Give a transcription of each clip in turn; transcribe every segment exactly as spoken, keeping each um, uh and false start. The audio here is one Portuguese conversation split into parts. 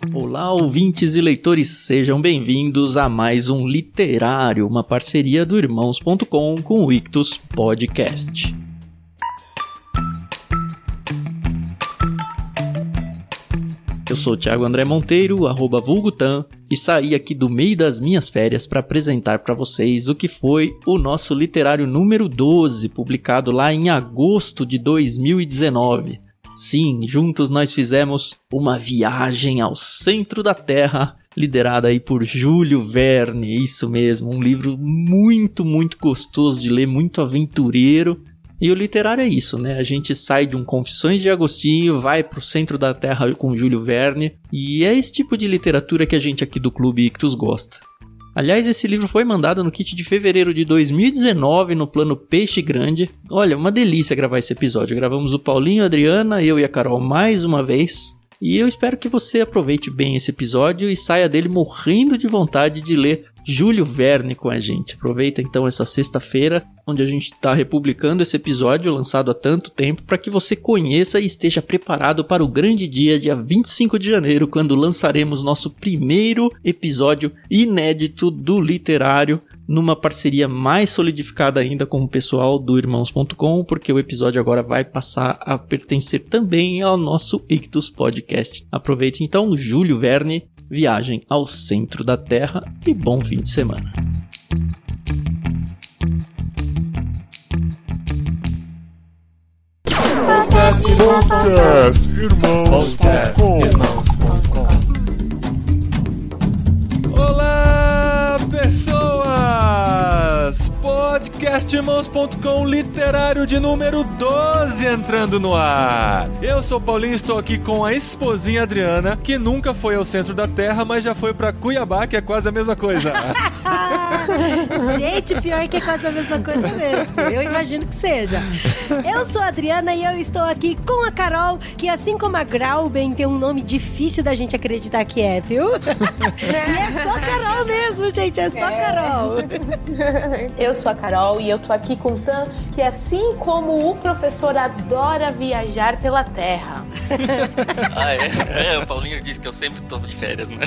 Olá, ouvintes e leitores, sejam bem-vindos a mais um Literário, uma parceria do Irmãos ponto com com o Ictus Podcast. Eu sou o Thiago André Monteiro, arroba vulgutan, e saí aqui do meio das minhas férias para apresentar para vocês o que foi o nosso literário número doze, publicado lá em agosto de dois mil e dezenove. Sim, juntos nós fizemos uma viagem ao centro da Terra, liderada aí por Júlio Verne, isso mesmo, um livro muito, muito gostoso de ler, muito aventureiro. E o literário é isso, né? A gente sai de um Confissões de Agostinho, vai pro centro da Terra com Júlio Verne, e é esse tipo de literatura que a gente aqui do Clube Ictus gosta. Aliás, esse livro foi mandado no kit de fevereiro de dois mil e dezenove, no plano Peixe Grande. Olha, uma delícia gravar esse episódio. Gravamos o Paulinho, a Adriana, eu e a Carol mais uma vez. E eu espero que você aproveite bem esse episódio e saia dele morrendo de vontade de ler Júlio Verne com a gente. Aproveita então essa sexta-feira, onde a gente está republicando esse episódio lançado há tanto tempo, para que você conheça e esteja preparado para o grande dia, dia vinte e cinco de janeiro, quando lançaremos nosso primeiro episódio inédito do literário, numa parceria mais solidificada ainda com o pessoal do Irmãos ponto com, porque o episódio agora vai passar a pertencer também ao nosso Ictus Podcast. Aproveite então, Júlio Verne, Viagem ao Centro da Terra, e bom fim de semana. Podcast Irmãos ponto com. Olá, pessoas! Podcast Irmãos ponto com, literário de número doze entrando no ar. Eu sou o Paulinho, estou aqui com a esposinha Adriana, que nunca foi ao centro da Terra, mas já foi pra Cuiabá, que é quase a mesma coisa. Gente, pior que é quase a mesma coisa mesmo. Eu imagino que seja. Eu sou a Adriana e eu estou aqui com a Carol, que assim como a Grauben tem um nome difícil da gente acreditar que é, viu? E é só Carol mesmo, gente, é só é. Carol. Eu sou a Carol e eu tô aqui com o Tan, que assim como o professor adora viajar pela Terra. Ah, é? É, o Paulinho disse que eu sempre tô de férias, né?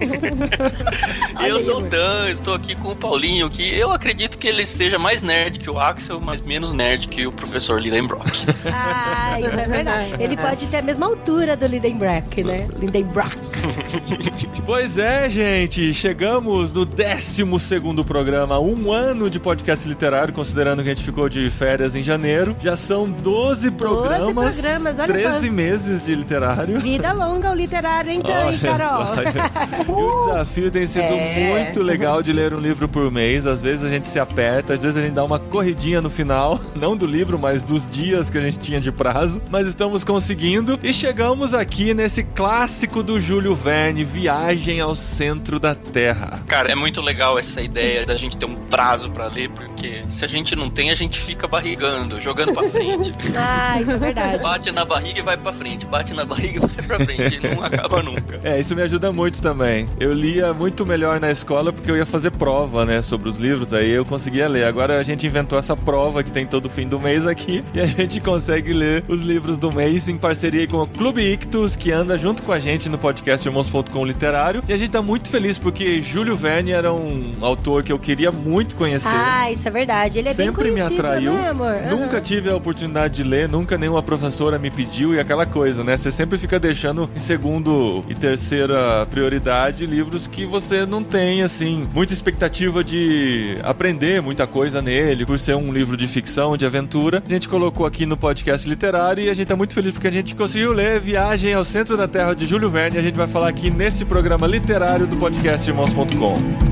Eu sou o Tan, estou aqui com o Paulinho, que eu acredito que ele seja mais nerd que o Axel, mas menos nerd que o professor Lidenbrock. Ah, isso é verdade. Ele pode ter a mesma altura do Lidenbrock, né? Lidenbrock. Pois é, gente, chegamos no décimo segundo programa, um ano de podcast literário, considerando que a gente ficou de férias em janeiro. Já são doze programas, doze programas, olha treze só. meses de literário. Vida longa o literário, então, hein, Carol? E o desafio tem sido é. muito legal de ler um livro por mês. Às vezes a gente se aperta, às vezes a gente dá uma corridinha no final, não do livro, mas dos dias que a gente tinha de prazo. Mas estamos conseguindo e chegamos aqui nesse clássico do Júlio Verne, Viagem ao Centro da Terra. Cara, é muito legal essa ideia da gente ter um prazo pra ler, porque se a gente não tem, a gente fica barrigando, jogando pra frente. Ah, isso é verdade. Bate na barriga e vai pra frente, bate na barriga e vai pra frente, não acaba nunca. É, isso me ajuda muito também. Eu lia muito melhor na escola porque eu ia fazer prova, né, sobre os livros, aí eu conseguia ler. Agora a gente inventou essa prova que tem todo fim do mês aqui, e a gente consegue ler os livros do mês em parceria com o Clube Ictus, que anda junto com a gente no podcast Irmãos ponto com literário, e a gente tá muito feliz porque Júlio Verne era um autor que eu queria muito conhecer. Ah, isso é verdade. Ele é Sempre bem conhecido, me atraiu. Né, amor? Nunca uhum. tive a oportunidade de ler, nunca nenhuma professora me pediu, e aquela coisa, né? Você sempre fica deixando em segundo e terceira prioridade livros que você não tem, assim, muita expectativa de aprender muita coisa nele, por ser um livro de ficção, de aventura. A gente colocou aqui no podcast literário e a gente tá muito feliz porque a gente conseguiu ler Viagem ao Centro da Terra de Júlio Verne, e a gente vai falar aqui nesse programa literário do podcast Irmãos ponto com.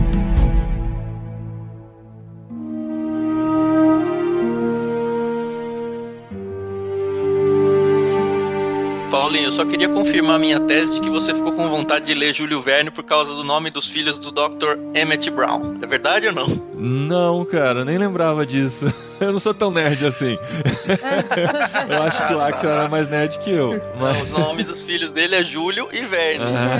Paulinho, eu só queria confirmar minha tese de que você ficou com vontade de ler Júlio Verne por causa do nome dos filhos do doutor Emmett Brown. É verdade ou não? Não, cara, nem lembrava disso. Eu não sou tão nerd assim. Eu acho que o Axel era mais nerd que eu. Mas... Os nomes dos filhos dele é Júlio e Verne.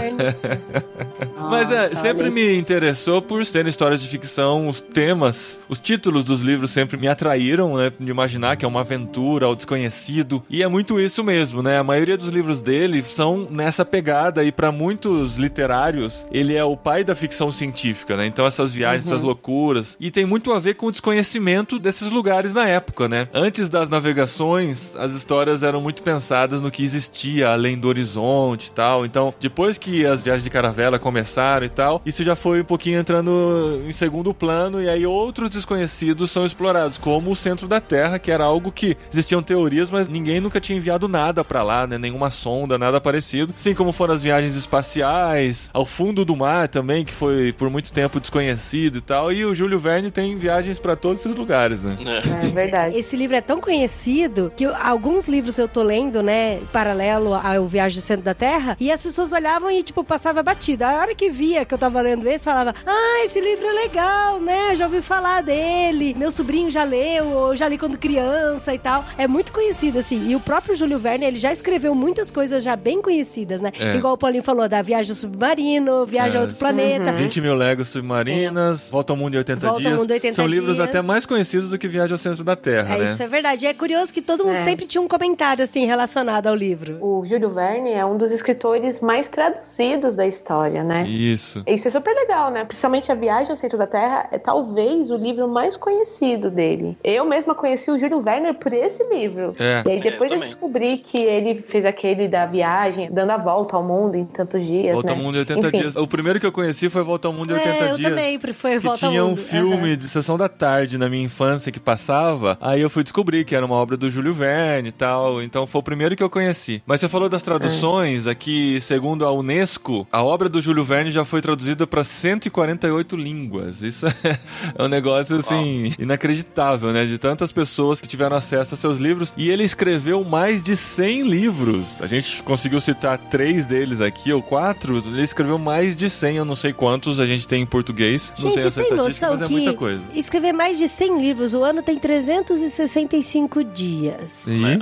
Ah. Mas é, Nossa, sempre olha me interessou por serem histórias de ficção, os temas, os títulos dos livros sempre me atraíram, né? De imaginar que é uma aventura, ao desconhecido. E é muito isso mesmo, né? A maioria dos livros dele são nessa pegada e para muitos literários, ele é o pai da ficção científica, né? Então essas viagens, uhum. essas loucuras. E tem muito a ver com o desconhecimento desses lugares na época, né? Antes das navegações, as histórias eram muito pensadas no que existia além do horizonte e tal. Então, depois que as viagens de caravela começaram e tal, isso já foi um pouquinho entrando em segundo plano e aí outros desconhecidos são explorados, como o centro da Terra, que era algo que existiam teorias, mas ninguém nunca tinha enviado nada pra lá, né? Nenhuma sonda, nada parecido. Assim como foram as viagens espaciais, ao fundo do mar também, que foi por muito tempo desconhecido e tal. E o Júlio Verne tem viagens pra todos esses lugares, né? É verdade. Esse livro é tão conhecido que eu, alguns livros eu tô lendo, né, paralelo ao Viagem ao Centro da Terra, e as pessoas olhavam e, tipo, passava batida. A hora que via que eu tava lendo esse, falava, ah, esse livro é legal, né, já ouvi falar dele, meu sobrinho já leu, eu já li quando criança e tal. É muito conhecido, assim. E o próprio Júlio Verne, ele já escreveu muitas coisas já bem conhecidas, né? É. Igual o Paulinho falou, da Viagem ao Submarino, Viagem é. a Outro Planeta. Uhum. vinte mil léguas submarinas, é. Volta ao Mundo em oitenta Volta dias. Ao Mundo em oitenta São dias. livros até mais conhecidos do que Viagem ao Centro da Terra, é, né? Isso é verdade. E é curioso que todo mundo é. sempre tinha um comentário, assim, relacionado ao livro. O Júlio Verne é um dos escritores mais traduzidos da história, né? Isso. Isso é super legal, né? Principalmente A Viagem ao Centro da Terra é talvez o livro mais conhecido dele. Eu mesma conheci o Júlio Verne por esse livro. É. E aí depois eu, eu descobri que ele fez aquele da viagem, dando a volta ao mundo em tantos dias, Volta né? ao Mundo em oitenta Enfim. dias. O primeiro que eu conheci foi Volta ao Mundo em oitenta é, eu dias. também, foi Volta que ao tinha Mundo. um filme uhum. de Sessão da Tarde na minha infância que passava, aí eu fui descobrir que era uma obra do Júlio Verne e tal, então foi o primeiro que eu conheci. Mas você falou das traduções, é. aqui, segundo a Unesco, a obra do Júlio Verne já foi traduzida para cento e quarenta e oito línguas. Isso é um negócio, assim, Uau. inacreditável, né? De tantas pessoas que tiveram acesso aos seus livros, e ele escreveu mais de cem livros. A gente conseguiu citar três deles aqui, ou quatro, ele escreveu mais de cem, eu não sei quantos a gente tem em português. Gente, não tenho essa tem estatística, noção mas é que muita coisa. escrever mais de cem livros, o ano tem trezentos e sessenta e cinco dias. E...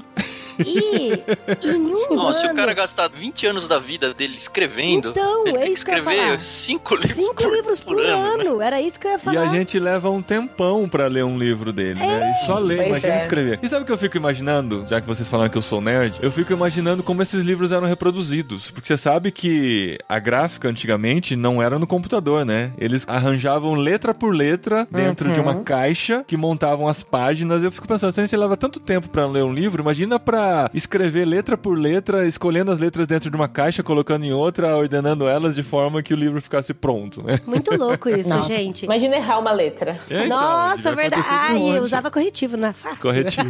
E em um Não, ano... se o cara gastar vinte anos da vida dele escrevendo, então, ele é tem que isso que eu ia escrever falar. cinco livros Cinco por, livros por, por ano, ano. Né? Era isso que eu ia falar. E a gente leva um tempão pra ler um livro dele, é. né? E só ler, Pois imagina é. escrever. E sabe o que eu fico imaginando? Já que vocês falaram que eu sou nerd, eu fico imaginando como esses livros eram reproduzidos. Porque você sabe que a gráfica antigamente não era no computador, né? Eles arranjavam letra por letra dentro uhum. de uma caixa que montavam as páginas. Eu fico pensando, se a gente leva tanto tempo pra ler um livro, imagina pra escrever letra por letra, escolhendo as letras dentro de uma caixa, colocando em outra, ordenando elas de forma que o livro ficasse pronto, né? Muito louco isso, Nossa. gente. Imagina errar uma letra. É, então, Nossa, verdade. Ah, um e eu usava corretivo, não é fácil. Corretivo.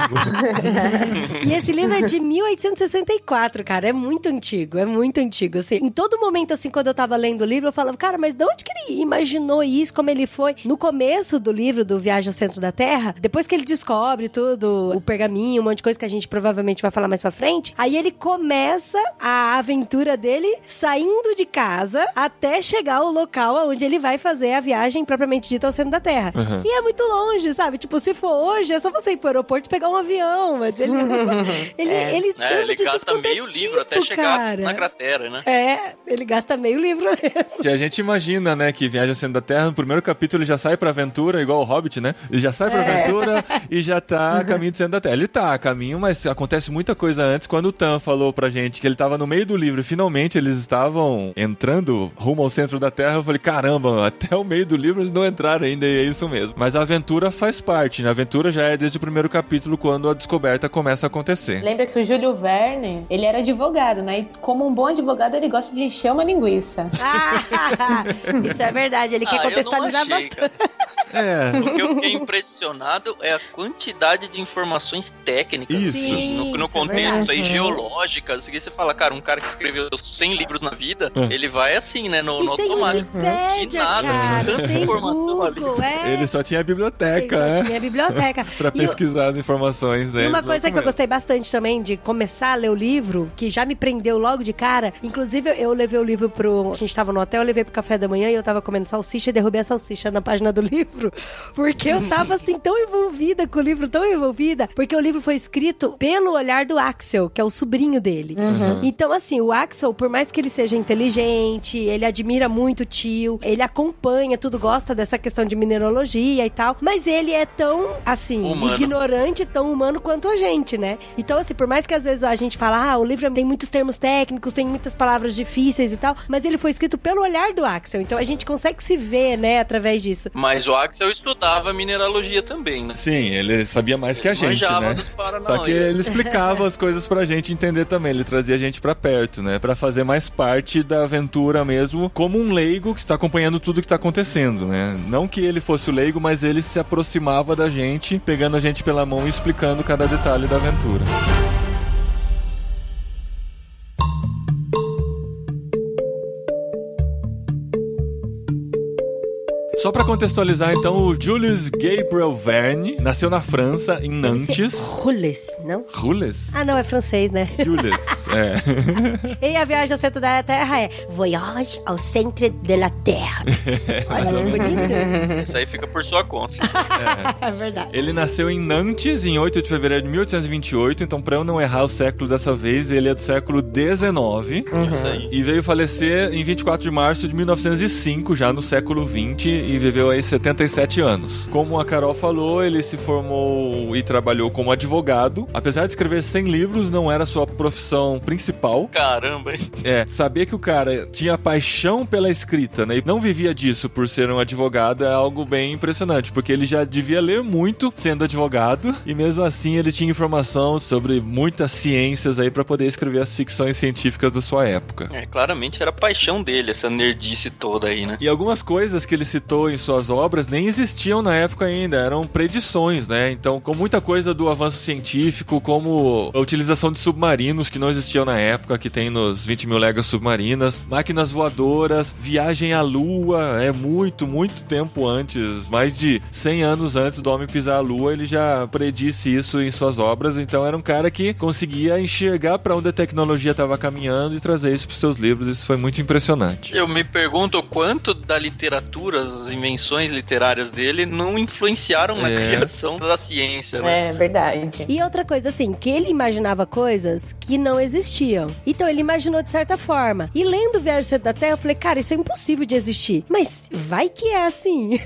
E esse livro é de mil oitocentos e sessenta e quatro, cara. É muito antigo, é muito antigo, assim. Em todo momento, assim, quando eu tava lendo o livro, eu falava, cara, mas de onde que ele imaginou isso, como ele foi? No começo do livro, do Viagem ao Centro da Terra, depois que ele descobre tudo, o pergaminho, um monte de coisa que a gente provavelmente vai falar mais pra frente, aí ele começa a aventura dele saindo de casa até chegar ao local onde ele vai fazer a viagem propriamente dita ao centro da Terra. Uhum. E é muito longe, sabe? Tipo, se for hoje, é só você ir pro aeroporto e pegar um avião, mas ele... ele, é. ele, é, ele de gasta meio tipo, livro até chegar cara. na cratera, né? É, ele gasta meio livro mesmo. Que a gente imagina, né, que Viagem ao Centro da Terra, no primeiro capítulo ele já sai pra aventura, igual o Hobbit, né? Ele já sai pra é. aventura e já tá a caminho do centro da Terra. Ele tá a caminho, mas acontece muita coisa antes. Quando o Tan falou pra gente que ele tava no meio do livro e finalmente eles estavam entrando rumo ao centro da Terra, eu falei, caramba, até o meio do livro eles não entraram ainda, e é isso mesmo. Mas a aventura faz parte, né? A aventura já é desde o primeiro capítulo, quando a descoberta começa a acontecer. Lembra que o Júlio Verne, ele era advogado, né? E como um bom advogado, ele gosta de encher uma linguiça. Ah, isso é verdade, ele ah, quer contextualizar eu não achei, bastante. É. O que eu fiquei impressionado é a quantidade de informações técnicas. Isso. Sim, no, no isso é contexto aí verdade. geológicas. E você fala, cara, um cara que escreveu cem livros na vida, é. ele vai assim, né, no, E no sem automático. Wikipédia, Que nada, cara, tanta sem informação Google, ali. é. Ele só tinha a biblioteca, Ele só né? tinha a biblioteca. pra E pesquisar as informações E dele. uma coisa que eu gostei bastante também de começar a ler o livro, que já me prendeu logo de cara, inclusive eu levei o livro pro... A gente tava no hotel, eu levei pro café da manhã e eu tava comendo salsicha e derrubei a salsicha na página do livro. livro, porque eu tava assim tão envolvida com o livro, tão envolvida, porque o livro foi escrito pelo olhar do Axel, que é o sobrinho dele. Uhum. Então assim, o Axel, por mais que ele seja inteligente, ele admira muito o tio, ele acompanha tudo, gosta dessa questão de mineralogia e tal, mas ele é tão, assim, humano. ignorante, tão humano quanto a gente, né? Então assim, por mais que às vezes a gente fala, ah, o livro tem muitos termos técnicos, tem muitas palavras difíceis e tal, mas ele foi escrito pelo olhar do Axel, então a gente consegue se ver, né, através disso. Mas o Axel estudava mineralogia também, né? Sim, ele sabia mais ele que a gente, né? Só que ele explicava as coisas pra gente entender também, ele trazia a gente pra perto, né? Pra fazer mais parte da aventura mesmo, como um leigo que está acompanhando tudo que tá acontecendo, né? Não que ele fosse o leigo, mas ele se aproximava da gente, pegando a gente pela mão e explicando cada detalhe da aventura. Só pra contextualizar, então, o Julius Gabriel Verne nasceu na França, em Nantes. Rules, não? Rules? Ah, não, é francês, né? Julius, é. E a viagem ao centro da Terra é Voyage ao centro da Terra. Olha que bonito. Isso aí fica por sua conta. É. É verdade. Ele nasceu em Nantes, em oito de fevereiro de mil oitocentos e vinte e oito, então pra eu não errar o século dessa vez, ele é do século dezenove. Uhum. E veio falecer em vinte e quatro de março de mil novecentos e cinco, já no século vinte, e viveu aí setenta e sete anos. Como a Carol falou, ele se formou e trabalhou como advogado. Apesar de escrever cem livros, não era sua profissão principal. Caramba, hein? É, saber que o cara tinha paixão pela escrita, né, e não vivia disso por ser um advogado é algo bem impressionante, porque ele já devia ler muito sendo advogado, e mesmo assim ele tinha informação sobre muitas ciências aí pra poder escrever as ficções científicas da sua época. É, claramente era a paixão dele, essa nerdice toda aí, né? E algumas coisas que ele citou em suas obras nem existiam na época ainda, eram predições, né? Então, com muita coisa do avanço científico, como a utilização de submarinos que não existiam na época, que tem nos vinte mil léguas submarinas, máquinas voadoras, viagem à Lua, é muito, muito tempo antes, mais de cem anos antes do homem pisar a Lua, ele já predisse isso em suas obras, então era um cara que conseguia enxergar para onde a tecnologia estava caminhando e trazer isso para os seus livros, isso foi muito impressionante. Eu me pergunto o quanto da literatura, as invenções literárias dele não influenciaram na é. criação da ciência, né? É verdade. E outra coisa, assim, que ele imaginava coisas que não existiam. Então ele imaginou de certa forma. E lendo Viagem ao Centro da Terra, eu falei, cara, isso é impossível de existir. Mas vai que é assim.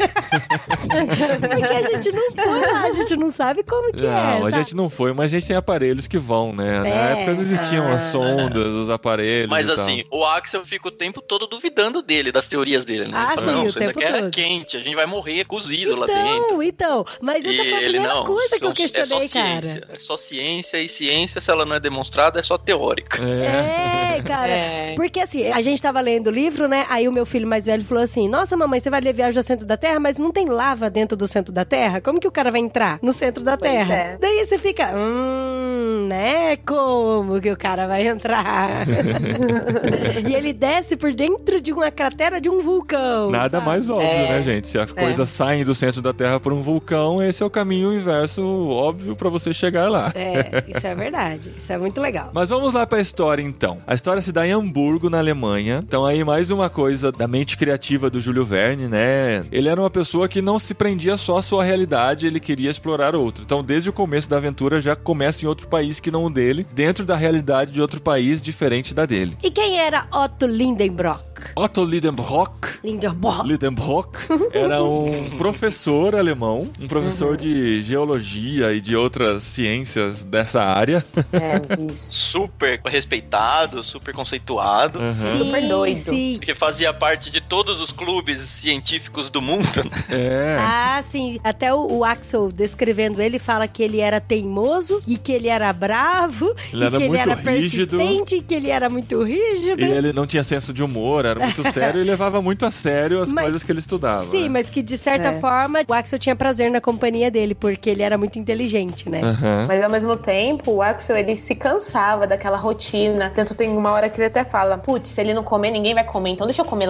Porque a gente não foi lá, a gente não sabe como que não, é. Não, a sabe? gente não foi, mas a gente tem aparelhos que vão, né? Na É. época não existiam Ah. as sondas, os aparelhos. Mas e assim, tal. o Axel fica o tempo todo duvidando dele, das teorias dele, né? Ah, Ele fala, sim, não, o isso tempo daqui é todo. quente, a gente vai morrer cozido lá Então, dentro. então. Mas essa E foi a ele primeira não, coisa que são- eu questionei, é só cara. ciência, é só ciência, e ciência, se ela não é demonstrada, é só teórica. É, cara. É. Porque assim, a gente tava lendo o livro, né? Aí o meu filho mais velho falou assim: nossa, mamãe, você vai ler Viagem ao Centro da Terra, mas não tem lava dentro do centro da Terra? Como que o cara vai entrar no centro da Pois Terra? é. Daí você fica, hum, né? Como que o cara vai entrar? E ele desce por dentro de uma cratera de um vulcão. Nada sabe? mais óbvio, É. né, gente? Se as É. coisas saem do centro da Terra por um vulcão, esse é o caminho inverso óbvio pra você chegar lá. É, isso é verdade. Isso é muito legal. Mas vamos lá pra história, então. A história se dá em Hamburgo, na Alemanha. Então aí mais uma coisa da mente criativa do Júlio Verne, né? Ele era uma pessoa que não se prendia só à sua realidade, ele queria explorar outra. Então desde o começo da aventura já começa em outro país que não o dele, dentro da realidade de outro país diferente da dele. E quem era Otto Lindenbrock? Otto Lidenbrock Lindenbrock. Lidenbrock era um professor alemão, um professor de geologia e de outras ciências dessa área. É, isso. Super respeitado, super conceituado. Uhum. Super doido. Sim. Porque fazia parte de todos os clubes científicos do mundo, né? É. Ah, sim. Até o, o Axel, descrevendo ele, fala que ele era teimoso e que ele era bravo Ele e era que ele muito era rígido. persistente e que ele era muito rígido. E ele não tinha senso de humor, era muito sério e levava muito a sério as Mas- coisas que ele estudava. Sim, né? mas que de certa É. forma o Axel tinha prazer na companhia dele, porque ele era muito inteligente, né? Aham. Mas ao mesmo tempo, o Axel, ele se cansava daquela rotina. Tanto tem uma hora que ele até fala, putz, se ele não comer, ninguém vai comer, então deixa eu comer logo aqui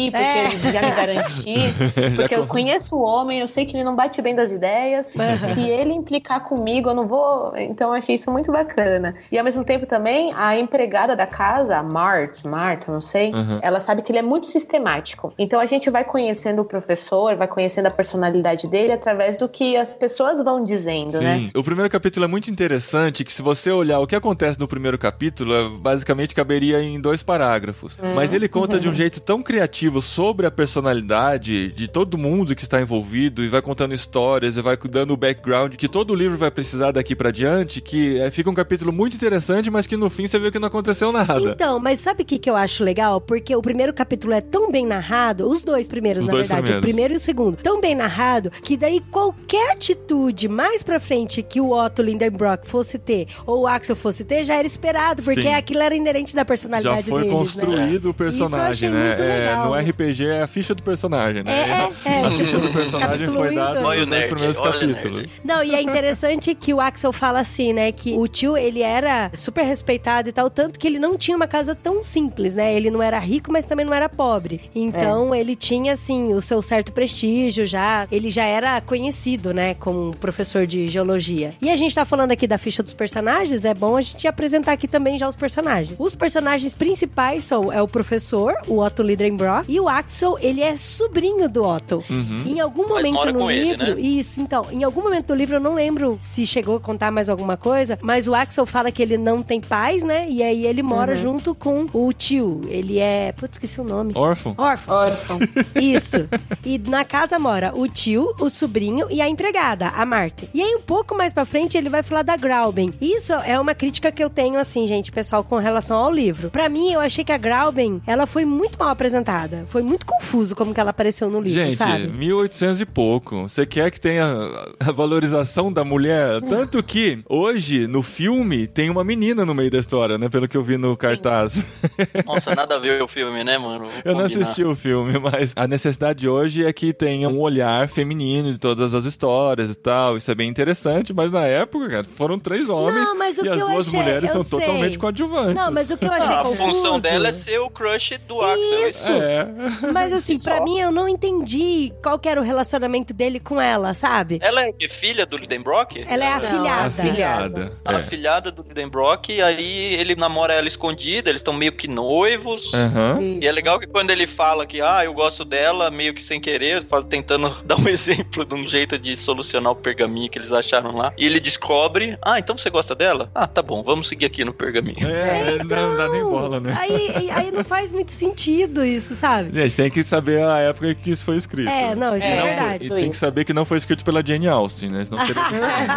aqui, porque É. ele já me garantiu. Porque eu conheço o homem, eu sei que ele não bate bem das ideias. Se ele implicar comigo, eu não vou... Então, eu achei isso muito bacana. E, ao mesmo tempo, também, a empregada da casa, a Mart, Marta, não sei, Uhum. ela sabe que ele é muito sistemático. Então, a gente vai conhecendo o professor, vai conhecendo a personalidade dele através do que as pessoas vão dizendo, né? Sim, o primeiro capítulo é muito interessante, que se você olhar o que acontece no primeiro capítulo, é, basicamente caberia em dois parágrafos. Hum. Mas ele conta de um jeito tão criativo sobre a personalidade de todo mundo que está envolvido, e vai contando histórias, e vai dando o background que todo o livro vai precisar daqui pra diante, que é, fica um capítulo muito interessante, mas que no fim você vê que não aconteceu nada. Então, mas sabe o que, que eu acho legal? Porque o primeiro capítulo é tão bem narrado, os dois primeiros, Os na dois verdade, primeiros. o primeiro e o segundo, tão bem narrado, que daí qualquer atitude mais pra frente que o Otto Lindenbrock fosse ter, ou o Axel fosse ter, já era esperado, porque Sim. aquilo era inerente da Já personalidade foi deles, né? construído o personagem, Isso eu achei né? muito É, legal. no R P G é a ficha do personagem, né? É, é, é. A ficha do personagem Capítulo foi um e dada dois. Olha o nos dois nerd, primeiros olha o capítulos. nerd. Não, e é interessante que o Axel fala assim, né, que o tio, ele era super respeitado e tal, tanto que ele não tinha uma casa tão simples, né, ele não era rico, mas também não era pobre, então É. ele tinha, assim, o seu certo prestígio já, ele já era conhecido, né, como professor de geologia. E a gente tá falando aqui da ficha dos personagens, é bom a gente apresentar aqui também já os personagens. Os personagens principais são, é o professor, o Otto Lidenbrock, e o Axel, ele é sobrinho do Otto. Uhum. Em algum Mas momento mora no com ele, livro, né? isso, então, em algum momento do livro, eu não lembro se chegou a contar mais alguma coisa, mas o Axel fala que ele não tem pais, né? E aí ele mora Uhum. junto com o tio. Ele é... Putz, esqueci o nome. Órfão? Órfão. Órfão. Isso. E na casa mora o tio, o sobrinho e a empregada, a Marta. E aí, um pouco mais pra frente, ele vai falar da Grauben. Isso é uma crítica que eu tenho, assim, gente, pessoal, com relação ao livro. Pra mim, eu achei que a Grauben, ela foi muito mal apresentada. Foi muito confuso como que ela apareceu no livro, Gente, sabe? mil e oitocentos e pouco. Você quer que tenha a valorização da mulher? Tanto que hoje, no filme, tem uma menina no meio da história, né? Pelo que eu vi no cartaz. Nossa, nada a ver o filme, né, mano? Vou Eu não combinar. assisti o filme, mas a necessidade hoje é que tenha um olhar feminino de todas as histórias e tal. Isso é bem interessante, mas na época, cara, foram três homens Não, mas o e que as eu duas achei- mulheres eu são sei. totalmente coadjuvantes. Não, mas o que eu achei Ah, a confuso... função dela é ser o crush do Axel. Isso. É. Mas assim, pra Só. mim, eu não entendi qual que era o relacionamento dele com ela, sabe? Ela é o quê? Filha do Lidenbrock? Ela é Não, afilhada. Afilhada. A É. afilhada do Lidenbrock, e aí ele namora ela escondida, eles estão meio que noivos. Aham. E é legal que quando ele fala que, ah, eu gosto dela, meio que sem querer, fala- tentando dar um exemplo de um jeito de solucionar o pergaminho que eles acharam lá. E ele descobre, ah, então você gosta dela? Ah, tá bom, vamos seguir aqui no pergaminho. É, não, não dá nem Não, bola, né? Aí, aí não faz muito sentido isso, sabe? Gente, tem que saber a época em que isso foi escrito. É, não, isso é, É, Não verdade. foi- e tem que saber que não foi escrito pela Jane Austen, né? Senão seria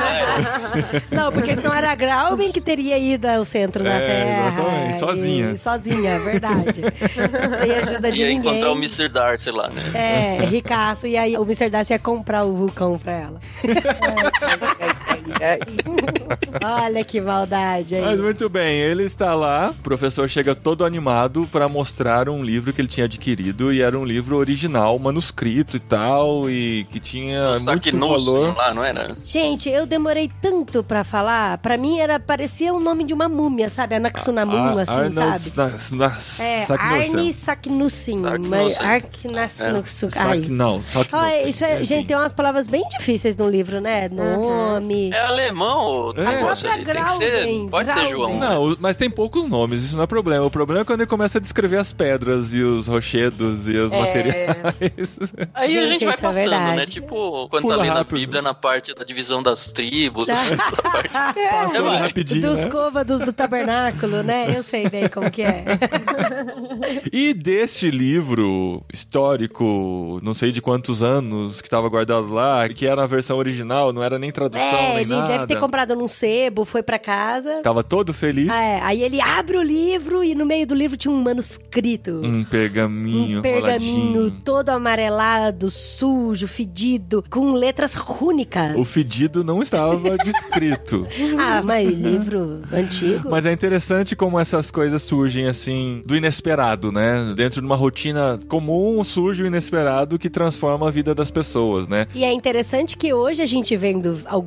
Não, porque senão era a Grauben que teria ido ao centro da É, Terra. exatamente, e- sozinha. Sozinha, é verdade. Sem ajuda de Ia ninguém. encontrar o mister Darcy lá, né? É, ricaço. E aí o mister Darcy ia comprar o vulcão pra ela. Olha que maldade aí. Mas muito bem, ele está lá, o professor chega todo animado para mostrar um livro que ele tinha adquirido, e era um livro original, manuscrito e tal, e que tinha O muito Saknussemm valor. lá, não era? Gente, eu demorei tanto pra falar. Pra mim era parecia o nome de uma múmia, sabe? Anaxunamun, A- assim, Arnold sabe? Sna- Sna- É, Saknussemm. Arne Saknussemm. Saknussemm. mas- Arknasnussuk. Ai. Sak- Não, Saknussemm. Ah, isso é, gente, tem umas palavras bem difíceis no livro, né? Nome. É alemão o É. negócio A ali. Tem que própria ser. Grauben, Pode ser Grauben. João. Não, o- mas tem poucos nomes, isso não é problema. O problema é quando ele começa a descrever as pedras e os rochedos e os É. materiais. Aí a Gente, gente vai isso é passando, verdade. né? Tipo, quando Pula tá lendo rápido. a Bíblia na parte da divisão das tribos, essa parte. Passou vai. rapidinho, Dos né? côvados do tabernáculo, né? Eu sei bem como que é. E deste livro histórico, não sei de quantos anos, que estava guardado lá, que era a versão original, não era nem tradução, É, nem ele nada. deve ter comprado num sebo, foi pra casa. Tava todo feliz. Ah, é. Aí ele abre o livro e no meio do livro tinha um manuscrito. Um pergaminho, Um pergaminho roladinho. todo amarelado, sujo, fedido, com letras rúnicas. O fedido não estava descrito. Ah, mas livro antigo? Mas é interessante como essas coisas surgem assim, do inesperado, né? Dentro de uma rotina comum surge o inesperado que transforma a vida das pessoas, né? E é interessante que hoje a gente vendo alguns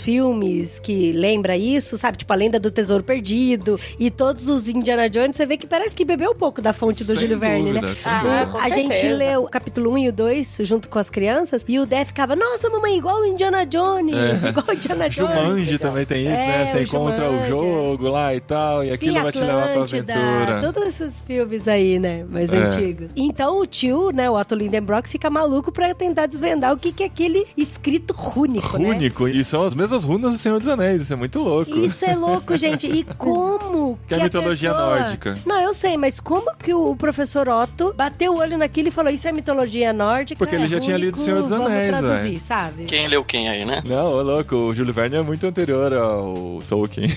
filmes que lembra isso, sabe? Tipo, a Lenda do Tesouro Perdido e todos os Indiana Jones, você vê que parece que bebeu um pouco da fonte do Sem Júlio Verne, dúvida, né? sem Ah, dúvida. com A gente certeza. leu o capítulo um e o dois junto com as crianças e o Dé ficava, nossa, mamãe, igual o Indiana Jones, É. igual o Indiana Jones. Jumanji também tem isso, É, né? Você o encontra Jumanji, o jogo lá e tal, e aquilo Sim, vai te levar pra Atlântida, aventura. todos esses filmes aí, né? Mais É. antigos. Então o tio, né, o Otto Lindenbrock, fica maluco pra tentar desvendar o que, que é aquele escrito rúnico, né? Rúnico, e são as mesmas runas do Senhor dos Anéis, isso é muito louco. Isso é louco, gente. E como Que é a mitologia pessoa... nórdica. Não, eu sei, mas como que o professor Otto bateu o olho naquilo e falou, isso é mitologia nórdica? Porque ele é já tinha lido rúnico, Senhor dos Anéis, vamos traduzir, velho. sabe? Quem leu quem aí, né? Não, ô louco, o Júlio Verne é muito anterior ao Tolkien.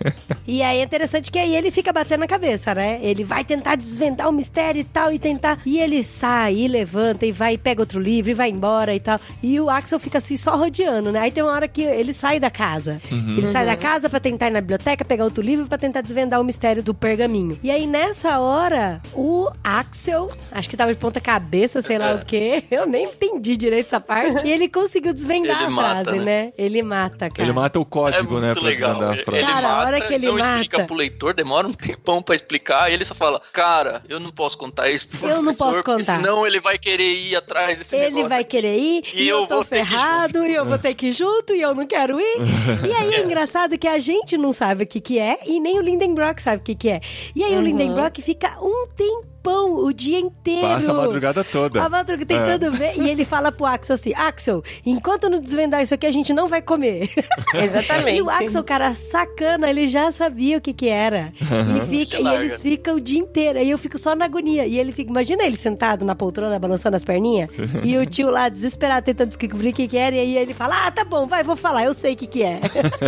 E aí é interessante que aí ele fica batendo na cabeça, né? Ele vai tentar desvendar o mistério e tal, e tentar... E ele sai, e levanta, e vai, e pega outro livro, e vai embora e tal. E o Axel fica assim, só rodeando, né? Aí tem uma hora que ele sai da casa. Uhum. Ele sai da casa pra tentar ir na biblioteca, pegar outro livro pra tentar desvendar o mistério do pergaminho. E aí, nessa hora, o Axel, acho que tava de ponta cabeça, sei lá o quê. Eu nem entendi direito essa parte. E ele conseguiu desvendar Ele a mata, frase, né? né? Ele mata, cara. Ele mata o É código, né, muito pra legal. desvendar a Ele, frase. ele Cara, a mata, hora que ele não mata- explica pro leitor, demora um tempão pra explicar, e ele só fala, cara, eu não posso contar isso pro Eu não professor, posso porque contar. senão ele vai querer ir atrás desse Ele negócio vai aqui. querer ir E e, eu eu tô vou ter que ir ferrado e eu vou ter que ir junto e eu não quero ir. E aí é engraçado que a gente não sabe o que que é e nem o Lindenbrock sabe o que que é. E aí o Lindenbrock fica um tempão, o dia inteiro. Passa a madrugada toda. A madrugada tentando ver. E ele fala pro Axel assim, Axel, enquanto eu não desvendar isso aqui, a gente não vai comer. Exatamente. E o Axel, cara, sacana, ele já sabia o que que era. E, fica, e Larga. eles ficam o dia inteiro. E eu fico só na agonia. E ele fica, imagina ele sentado na poltrona, balançando as perninhas. E o tio lá, desesperado, tentando descobrir o que que era. E aí ele fala, ah, tá bom, vai, vou falar, eu sei o que que é.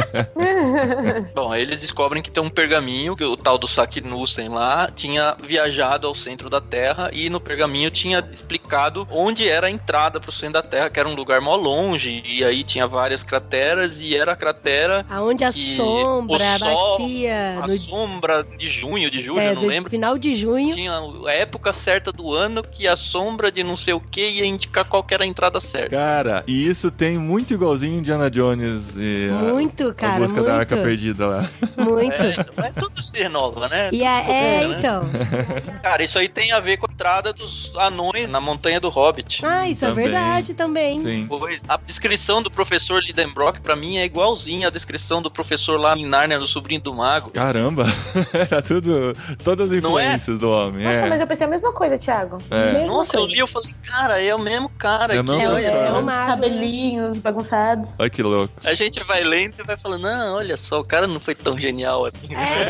Bom, aí eles descobrem que tem um pergaminho, que o tal do Saknussen lá tinha viajado ao centro da Terra e no pergaminho tinha explicado onde era a entrada pro centro da Terra, que era um lugar mó longe, e aí tinha várias crateras e era a cratera Aonde a que sombra o sol, batia a no, sombra de junho, de julho, é, eu não do lembro. final de junho. Tinha a época certa do ano que a sombra de não sei o que ia indicar qual que era a entrada certa. Cara, e isso tem muito igualzinho Indiana Jones e a- Muito, a, cara, busca da Arca muito. Perdida lá. Muito. É, então, é tudo ser nova, né? E Tudo a, é, coisa, né? então. Cara, isso aí tem a ver com a entrada dos anões na montanha do Hobbit. Ah, isso Também. é verdade também. Sim. Pois, a descrição do professor Lidenbrock pra mim é igualzinha à descrição do professor lá em Nárnia, do Sobrinho do Mago. Caramba, tá tudo. Todas as Não é? influências do homem. Nossa, é. mas eu pensei a mesma coisa, Thiago. É. Mesma Nossa, eu coisa. li, eu falei, cara, é o mesmo cara É o aqui. mesmo É, professor, é né? o Os mago. cabelinhos bagunçados. Olha que louco. A gente vai lendo e vai falando, não, olha só, o cara não foi tão genial assim.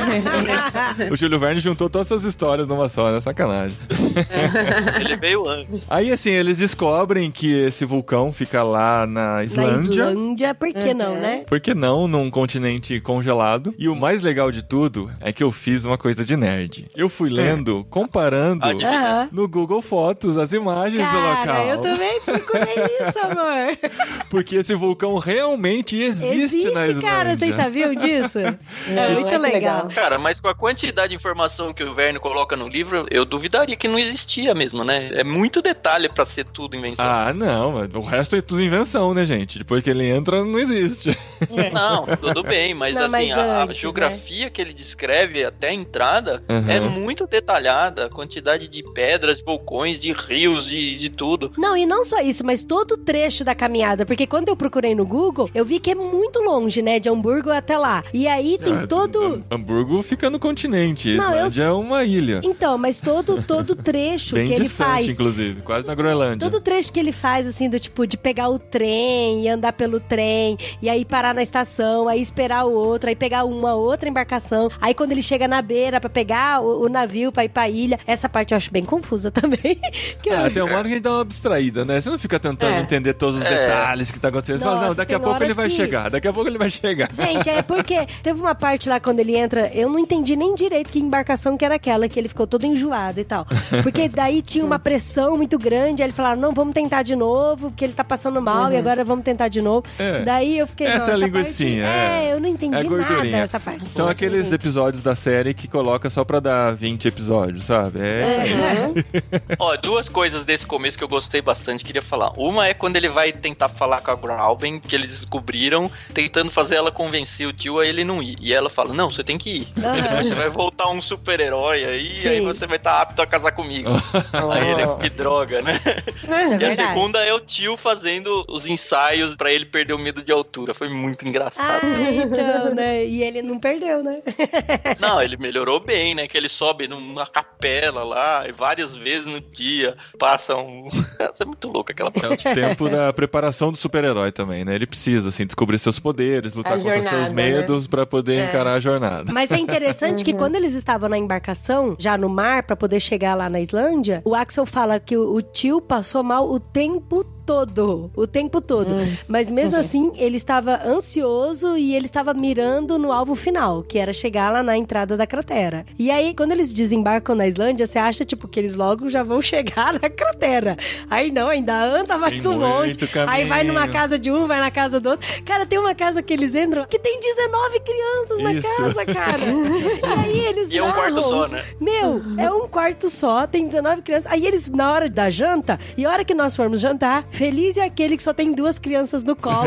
É. O Júlio Verne juntou todas essas histórias numa só, né? Sacanagem. Ele veio antes. Aí, assim, eles descobrem que esse vulcão fica lá na Na Islândia. Islândia, por que não, né? Por que não num continente congelado? E o mais legal de tudo é que eu fiz uma coisa de nerd. Eu fui lendo, comparando Ah, de- Aham. no Google Fotos as imagens do local. Cara, eu também procurei isso, amor. Porque esse vulcão realmente existe, na Existe, Islândia. cara, vocês sabiam disso? É Não, muito é que legal. legal. Cara, mas com a quantidade de informação que o Verne coloca no livro, eu duvidaria que não existia mesmo, né? É muito detalhe pra ser tudo invenção. Ah, não, mas o resto é tudo invenção, né, gente? Depois que ele entra, não existe. Não, tudo bem, mas Não, assim, mas a, a antes, geografia que ele descreve até a entrada Uhum. é muito detalhada, a quantidade de pedras, vulcões, de rios, de, de tudo. Não, e não só isso, mas todo o trecho da caminhada, porque quando eu procurei no Google, eu vi que é muito longe, né, de Hamburgo até lá. E aí tem Ah, todo... Hamburgo fica no continente. Não, eu Islândia é uma ilha. Então, mas todo todo trecho Bem que ele distante, faz... inclusive. Quase na Groenlândia. Todo trecho que ele faz, assim, do tipo, de pegar o trem e andar pelo trem, e aí parar na estação, aí esperar o outro, aí pegar uma outra embarcação, aí quando ele chega na beira pra pegar o, o navio pra ir pra ilha, essa parte eu acho bem confusa também. que eu- Ah, tem uma hora que a gente dá uma abstraída, né? Você não fica tentando É. entender todos os É. detalhes que tá acontecendo. Você fala, Nossa, não, daqui a tem pouco ele horas vai que- chegar, daqui a pouco ele vai chegar. Gente, é porque teve uma parte lá quando ele entra, eu não entendi nem direito que embarcação que era aquela, que ele ficou todo enjoado. temporada e tal. Porque daí tinha uma pressão muito grande, aí ele falava, não, vamos tentar de novo, porque ele tá passando mal, uhum. e agora vamos tentar de novo. É. Daí eu fiquei, essa não, é a linguicinha. Parte, é, eu não entendi é nada dessa parte. São aqueles episódios da série que coloca só pra dar vinte episódios, sabe? É. Uhum. Ó, duas coisas desse começo que eu gostei bastante, queria falar. Uma é quando ele vai tentar falar com a Grauben, que eles descobriram, tentando fazer ela convencer o tio a ele não ir. E ela fala, não, você tem que ir. Uhum. Você vai voltar um super-herói aí, Sim. aí você vai estar apto a casar comigo. Oh. Aí ele, que droga, né? É e a segunda é o tio fazendo os ensaios pra ele perder o medo de altura. Foi muito engraçado. Ah, então, né? E ele não perdeu, né? Não, ele melhorou bem, né? Que ele sobe numa capela lá, e várias vezes no dia, passa um... Isso é muito louco aquela parte. É o tempo da preparação do super-herói também, né? Ele precisa, assim, descobrir seus poderes, lutar a contra jornada, seus medos, né? Pra poder é. encarar a jornada. Mas é interessante uhum. que quando eles estavam na embarcação, já no mar, pra poder chegar lá na Islândia, o Axel fala que o, o tio passou mal o tempo todo, o tempo todo. Hum. Mas mesmo assim, ele estava ansioso e ele estava mirando no alvo final, que era chegar lá na entrada da cratera. E aí, quando eles desembarcam na Islândia, você acha, tipo, que eles logo já vão chegar na cratera. Aí não, ainda anda mais um monte. Aí vai numa casa de um, vai na casa do outro. Cara, tem uma casa que eles entram que tem dezenove crianças na Isso. casa, cara. E aí eles E narram, é um quarto só, né? Meu, é um quarto só, tem dezenove crianças. Aí eles, na hora da janta, e a hora que nós formos jantar, feliz é aquele que só tem duas crianças no colo.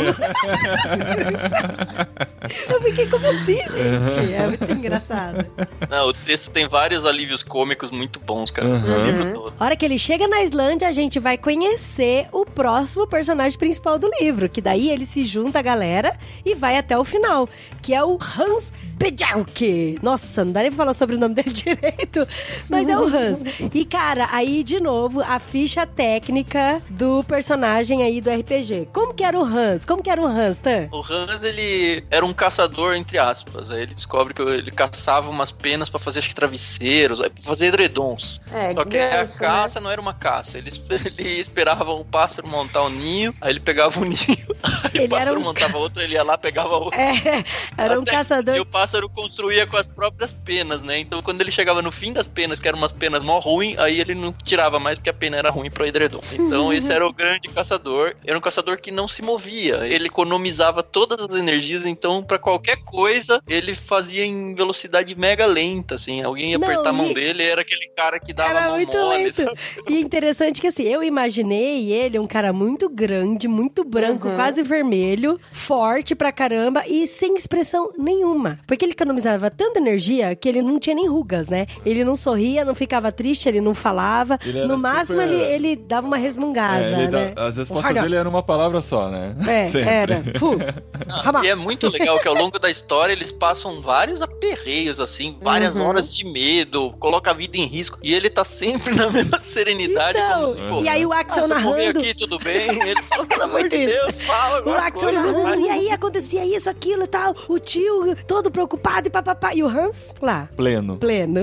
Eu fiquei como assim, gente? É muito engraçado. Não, o texto tem vários alívios cômicos muito bons, cara. Uhum. O livro todo. A hora que ele chega na Islândia, a gente vai conhecer o próximo personagem principal do livro, que daí ele se junta à galera e vai até o final, que é o Hans Pejalke. Nossa, não dá nem pra falar sobre o nome dele direito, mas é o Hans. E, cara, aí, de novo, a ficha técnica do personagem aí do R P G. Como que era o Hans? Como que era o Hans, Tan? O Hans, ele era um caçador, entre aspas. Aí ele descobre que ele caçava umas penas pra fazer, acho que, travesseiros, pra fazer edredons. É, Só que ganso, a caça, né? Não era uma caça. Ele, ele esperava o pássaro montar o ninho, aí ele pegava o ninho, aí ele o pássaro um... montava outro, ele ia lá, pegava outro. É, era um Até caçador... E o pássaro construía com as próprias penas, né? Então, quando ele chegava no fim das penas, que eram umas penas mó ruins, aí ele não tirava mais porque a pena era ruim pro edredom. Então, esse era o grande caçador. Era um caçador que não se movia. Ele economizava todas as energias, então, pra qualquer coisa, ele fazia em velocidade mega lenta, assim. Alguém ia não, apertar a mão e... dele, era aquele cara que dava era mão muito mole. Lento. Sabe? E interessante que, assim, eu imaginei ele um cara muito grande, muito branco, uhum. quase vermelho, forte pra caramba e sem expressão nenhuma. Porque ele economizava tanta energia que ele não tinha nem rugas, né? Ele não sorria, não ficava triste, ele não falava. Ele no máximo, super... ele, ele dava uma resmungada, é, né? Dá... As respostas dele eram uma palavra só, né? É, Sempre. era. Fu. Não, e é muito legal que ao longo da história eles passam vários aperreios, assim, várias uhum. horas de medo, coloca a vida em risco. E ele tá sempre na mesma serenidade. Então, como, e aí o Axel ah, narrando... aqui, tudo bem? Ele fala, pelo amor de Deus, fala. O Axel coisa, narrando, vai. E aí acontecia isso, aquilo e tal. O tio todo preocupado e papapá. E o Hans, lá. Pleno. Pleno.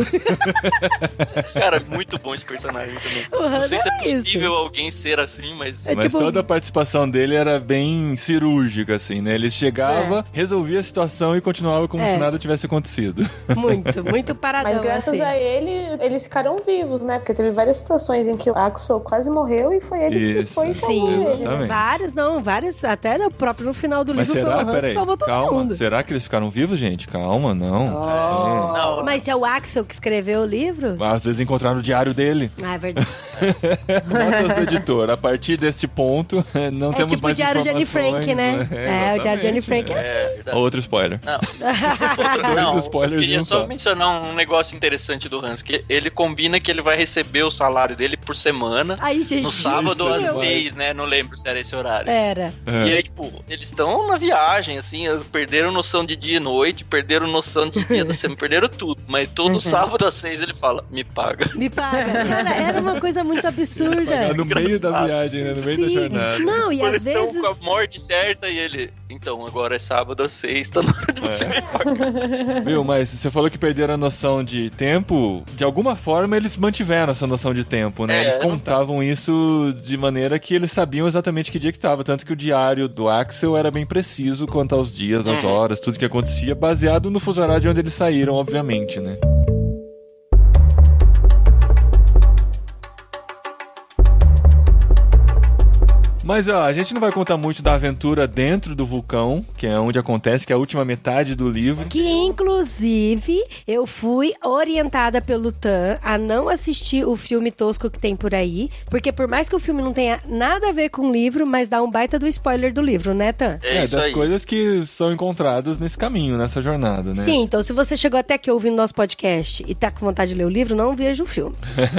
Cara, muito bom esse personagem também. O Hans Não sei se é possível isso. alguém ser assim, mas... É, mas tipo... toda a participação dele era bem cirúrgica, assim, né? Ele chegava, é. resolvia a situação e continuava como é. se nada tivesse acontecido. Muito, muito paradão. Mas graças assim. a ele, eles ficaram vivos, né? Porque teve várias situações em que o Axel quase morreu e foi ele Isso. que foi e Sim, salvou ele. Exatamente. Vários, não, vários, até no próprio no final do mas livro será? foi o Hans Peraí, que salvou todo calma. mundo. Será que eles ficaram vivos, gente? Calma, não. Oh. É. Não. Mas se é o Axel que escreveu o livro... Às vezes encontraram o diário dele. Ah, é verdade. Notas do editor. A partir deste ponto, não é temos tipo mais o diário de Anne Frank, né? É, é o diário de Anne Frank é assim. É, outro spoiler. Não. Outro, não. Dois spoilers. Eu queria um só, só mencionar um negócio interessante do Hans, que ele combina que ele vai receber o salário dele por semana. Aí, gente, no sábado às meu. seis, né? Não lembro se era esse horário. Era. É. E aí, tipo, eles estão na viagem, assim, eles perderam noção de dia e noite, perderam noção de dia da semana, perderam tudo. Mas todo uhum. sábado às seis ele fala, me paga. Me paga. Cara, era uma coisa muito absurda. No meio da viagem, né? No meio Sim. da jornada. Não, e Quando às eles vezes... estão com a morte certa e ele... Então, agora é sábado às seis, tá na hora de você É. me pagar. Viu, mas você falou que perderam a noção de tempo. De alguma forma, eles mantiveram essa noção de tempo, né? É, eles contavam isso de maneira que eles sabiam exatamente que dia que estava. Tanto que o diário do Axel era bem preciso quanto aos dias, às horas, tudo que acontecia, baseado no fuso horário de onde eles saíram, obviamente, né? Mas, ó, a gente não vai contar muito da aventura dentro do vulcão, que é onde acontece, que é a última metade do livro. Que, inclusive, eu fui orientada pelo Tan a não assistir o filme tosco que tem por aí, porque por mais que o filme não tenha nada a ver com o livro, mas dá um baita do spoiler do livro, né, Tan? É, É, das isso aí. coisas que são encontradas nesse caminho, nessa jornada, né? Sim, então se você chegou até aqui ouvindo nosso podcast e tá com vontade de ler o livro, não veja o filme.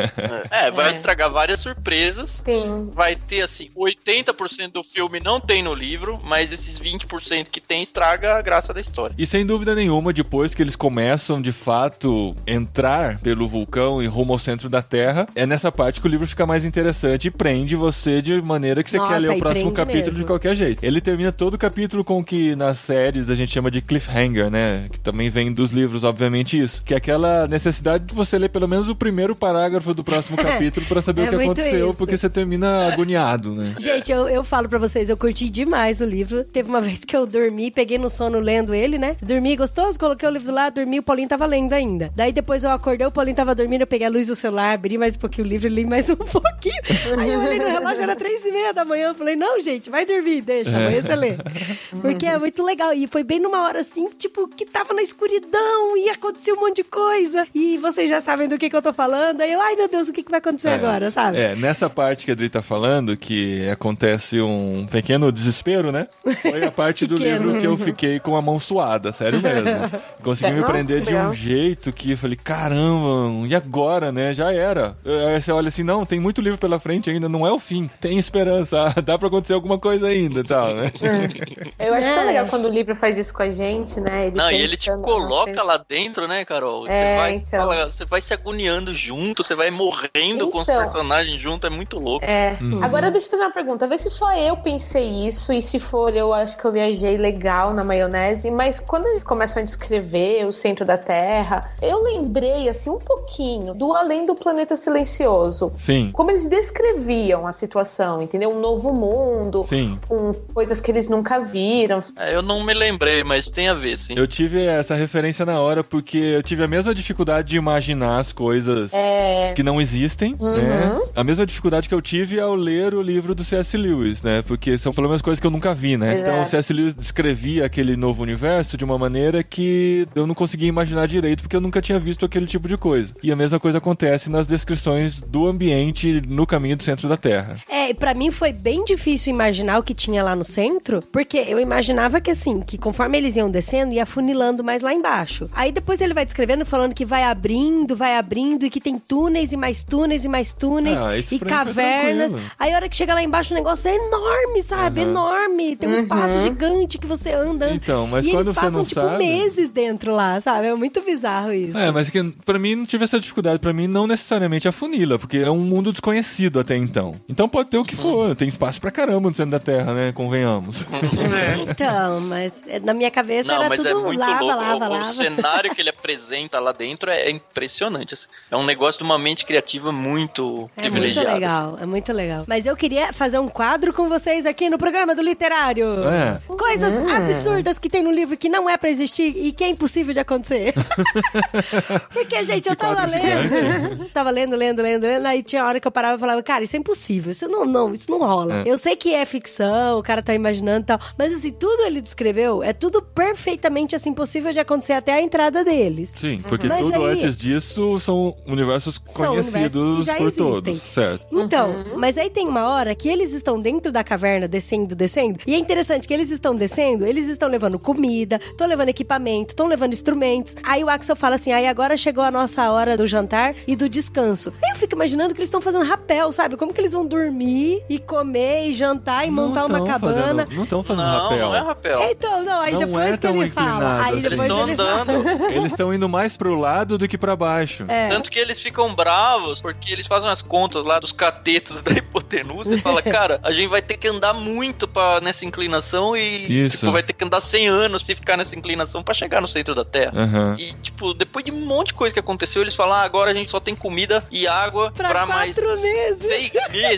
É, vai É. estragar várias surpresas. Sim. Vai ter, assim, oitenta por cento do filme não tem no livro, mas esses vinte por cento que tem estraga a graça da história. E sem dúvida nenhuma, depois que eles começam, de fato, entrar pelo vulcão e rumo ao centro da Terra, é nessa parte que o livro fica mais interessante e prende você de maneira que você Nossa, quer ler e o próximo prende capítulo mesmo. de qualquer jeito. Ele termina todo o capítulo com o que nas séries a gente chama de cliffhanger, né? Que também vem dos livros, obviamente, isso. Que é aquela necessidade de você ler pelo menos o primeiro parágrafo do próximo capítulo pra saber É o que muito aconteceu, isso. porque você termina agoniado, né? Gente, eu, eu falo pra vocês, eu curti demais o livro. Teve uma vez que eu dormi, peguei no sono lendo ele, né? Dormi gostoso, coloquei o livro do lado, dormi, o Paulinho tava lendo ainda. Daí depois eu acordei, o Paulinho tava dormindo, eu peguei a luz do celular, abri mais um pouquinho o livro, li mais um pouquinho. Aí eu olhei no relógio, era três e meia da manhã, eu falei, não, gente, vai dormir, deixa, amanhã você lê. Porque é muito legal. E foi bem numa hora assim, tipo, que tava na escuridão e aconteceu um monte de coisa. E vocês já sabem do que que eu tô falando. Aí eu, ai meu Deus, o que que vai acontecer agora, sabe? É, nessa parte que a Adri tá falando, que acontece um pequeno desespero, né? Foi a parte do Pequeno. livro que eu fiquei com a mão suada, sério mesmo. Consegui me Nossa, prender de um legal. jeito que eu falei, caramba, e agora, né? Já era. Aí você olha assim, não, tem muito livro pela frente ainda, não é o fim. Tem esperança, dá pra acontecer alguma coisa ainda e tal, né? Eu acho tão É. legal quando o livro faz isso com a gente, né? Ele Não, e tenta, ele te não, coloca tenta- lá dentro, né, Carol? É, você, vai, então. fala- você vai se agoniando junto, você vai morrendo com os Então. personagens junto, é muito louco. É. Uhum. Agora deixa eu fazer uma pergunta. Vê se só eu pensei isso e se for, eu acho que eu viajei legal na maionese. Mas quando eles começam a descrever o centro da Terra, eu lembrei, assim, um pouquinho do Além do Planeta Silencioso. Sim. Como eles descreviam a situação, entendeu? Um novo mundo, Sim. com coisas que eles nunca viram. É, eu não me lembrei, mas tem a ver, sim. Eu tive essa referência na hora porque eu tive a mesma dificuldade de imaginar as coisas É. que não existem, Uhum. né? A mesma dificuldade que eu tive ao ler o livro do C S. Lewis, né? Porque são pelo menos coisas que eu nunca vi, né? Exato. Então o C S. Lewis descrevia aquele novo universo de uma maneira que eu não conseguia imaginar direito porque eu nunca tinha visto aquele tipo de coisa. E a mesma coisa acontece nas descrições do ambiente no caminho do centro da Terra. É, pra mim foi bem difícil imaginar o que tinha lá no centro, porque eu imaginava que assim, que conforme eles iam descendo, ia funilando mais lá embaixo. Aí depois ele vai descrevendo, falando que vai abrindo, vai abrindo, e que tem túneis e mais túneis e mais túneis, Ah, isso e pra mim foi cavernas. tranquilo. Aí a hora que chega lá embaixo, o negócio é enorme, sabe? Uhum. Enorme. Tem um espaço gigante que você anda. Então, mas e quando eles você passam, não tipo, sabe- meses dentro lá, sabe? É muito bizarro isso. É, mas que pra mim não tive essa dificuldade. Pra mim, não necessariamente a funila, porque é um mundo desconhecido até então. Então pode ter o que for. Tem espaço pra caramba no centro da Terra, né? Convenhamos. Então, mas é, na minha cabeça Não, era mas tudo é muito lava, louco. lava, o, lava. o cenário que ele apresenta lá dentro é, é impressionante. assim. É um negócio de uma mente criativa muito É muito privilegiada. assim. legal, é muito legal. Mas eu queria fazer um quadro com vocês aqui no programa do Literário. É. Coisas absurdas que tem no livro que não é pra existir e que é impossível de acontecer. Porque, gente, eu Que tava quadro lendo. Tava lendo, lendo, lendo, lendo. Aí tinha hora que eu parava e falava, cara, isso é impossível. Isso não, não, isso não rola. É. Eu sei que é ficção, o cara tá imaginando e tal. Mas assim, tudo ele descreveu é tudo perfeitamente assim possível de acontecer até a entrada deles. Sim, porque Mas tudo aí- antes disso são universos São universos que conhecidos já por existem. todos, certo? Então, mas aí tem uma hora que eles estão dentro da caverna, descendo, descendo. E é interessante que eles estão descendo, eles estão levando comida, estão levando equipamento, estão levando instrumentos. Aí o Axel fala assim, aí agora chegou a nossa hora do jantar e do descanso. Aí eu fico imaginando que eles estão fazendo rapel, sabe? Como que eles vão dormir e comer e jantar e montar Não uma tão cabana. fazendo- não estão fazendo Não, rapel. não é rapel. Então, não, aí Não depois é que tão ele fala. inclinado Aí assim. Eles depois estão ele fala. andando. Eles estão indo mais pro lado do que pra baixo. É. Tanto que eles ficam bravos porque eles fazem as contas lá dos catetos da hipotenusa e fala, cara, a gente vai ter que andar muito pra, nessa inclinação e Isso. tipo, vai ter que andar cem anos se ficar nessa inclinação pra chegar no centro da Terra. Aham. E, tipo, depois de um monte de coisa que aconteceu, eles falam, ah, agora a gente só tem comida e água Pra pra, mais quatro meses. seis meses. É.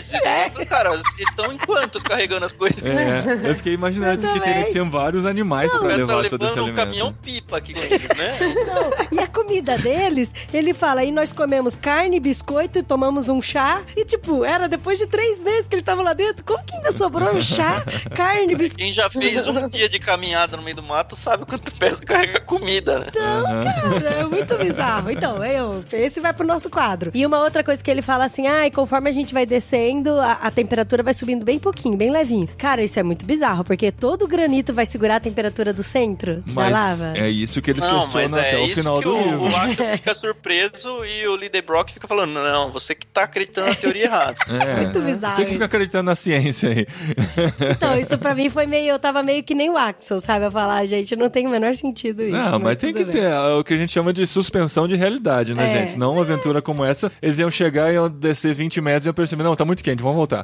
Cara, eles estão em quantos carregando as coisas? É, eu fiquei imaginando Eu que teria que também. ter vários animais Não, pra Tá levar todo esse levando um alimento. caminhão pipa aqui com eles, né? Não, e a comida deles, ele fala, e nós comemos carne, biscoito e tomamos um chá. E tipo, era depois de três meses que ele tava lá dentro. Como que ainda sobrou um chá, carne, biscoito? Quem já fez um dia de caminhada no meio do mato sabe quanto pesa carregar comida, né? Cara, é muito bizarro. Então, eu, esse vai pro nosso quadro. E uma outra coisa que ele fala assim, ah, e conforme a gente vai descendo, a, a temperatura vai subindo bem pouquinho, bem levinho. Cara, isso é muito bizarro, porque todo o granito vai segurar a temperatura do centro Mas da lava. é isso que eles Não, questionam mas é até o isso final que do o, livro. o Axel fica surpreso e o líder Brock fica falando, não, você que tá acreditando na teoria errada. É. Muito bizarro Você que isso. fica acreditando na ciência aí. Então, isso pra mim foi meio... Eu tava meio que nem o Axel, sabe? Eu falar, gente, não tem o menor sentido isso. Não, mas tem que tudo bem. ter é o que a gente chama de suspensão de realidade, né, É. gente? Senão uma aventura como essa, eles iam chegar e iam descer vinte metros e iam perceber, não, tá muito quente, vamos voltar.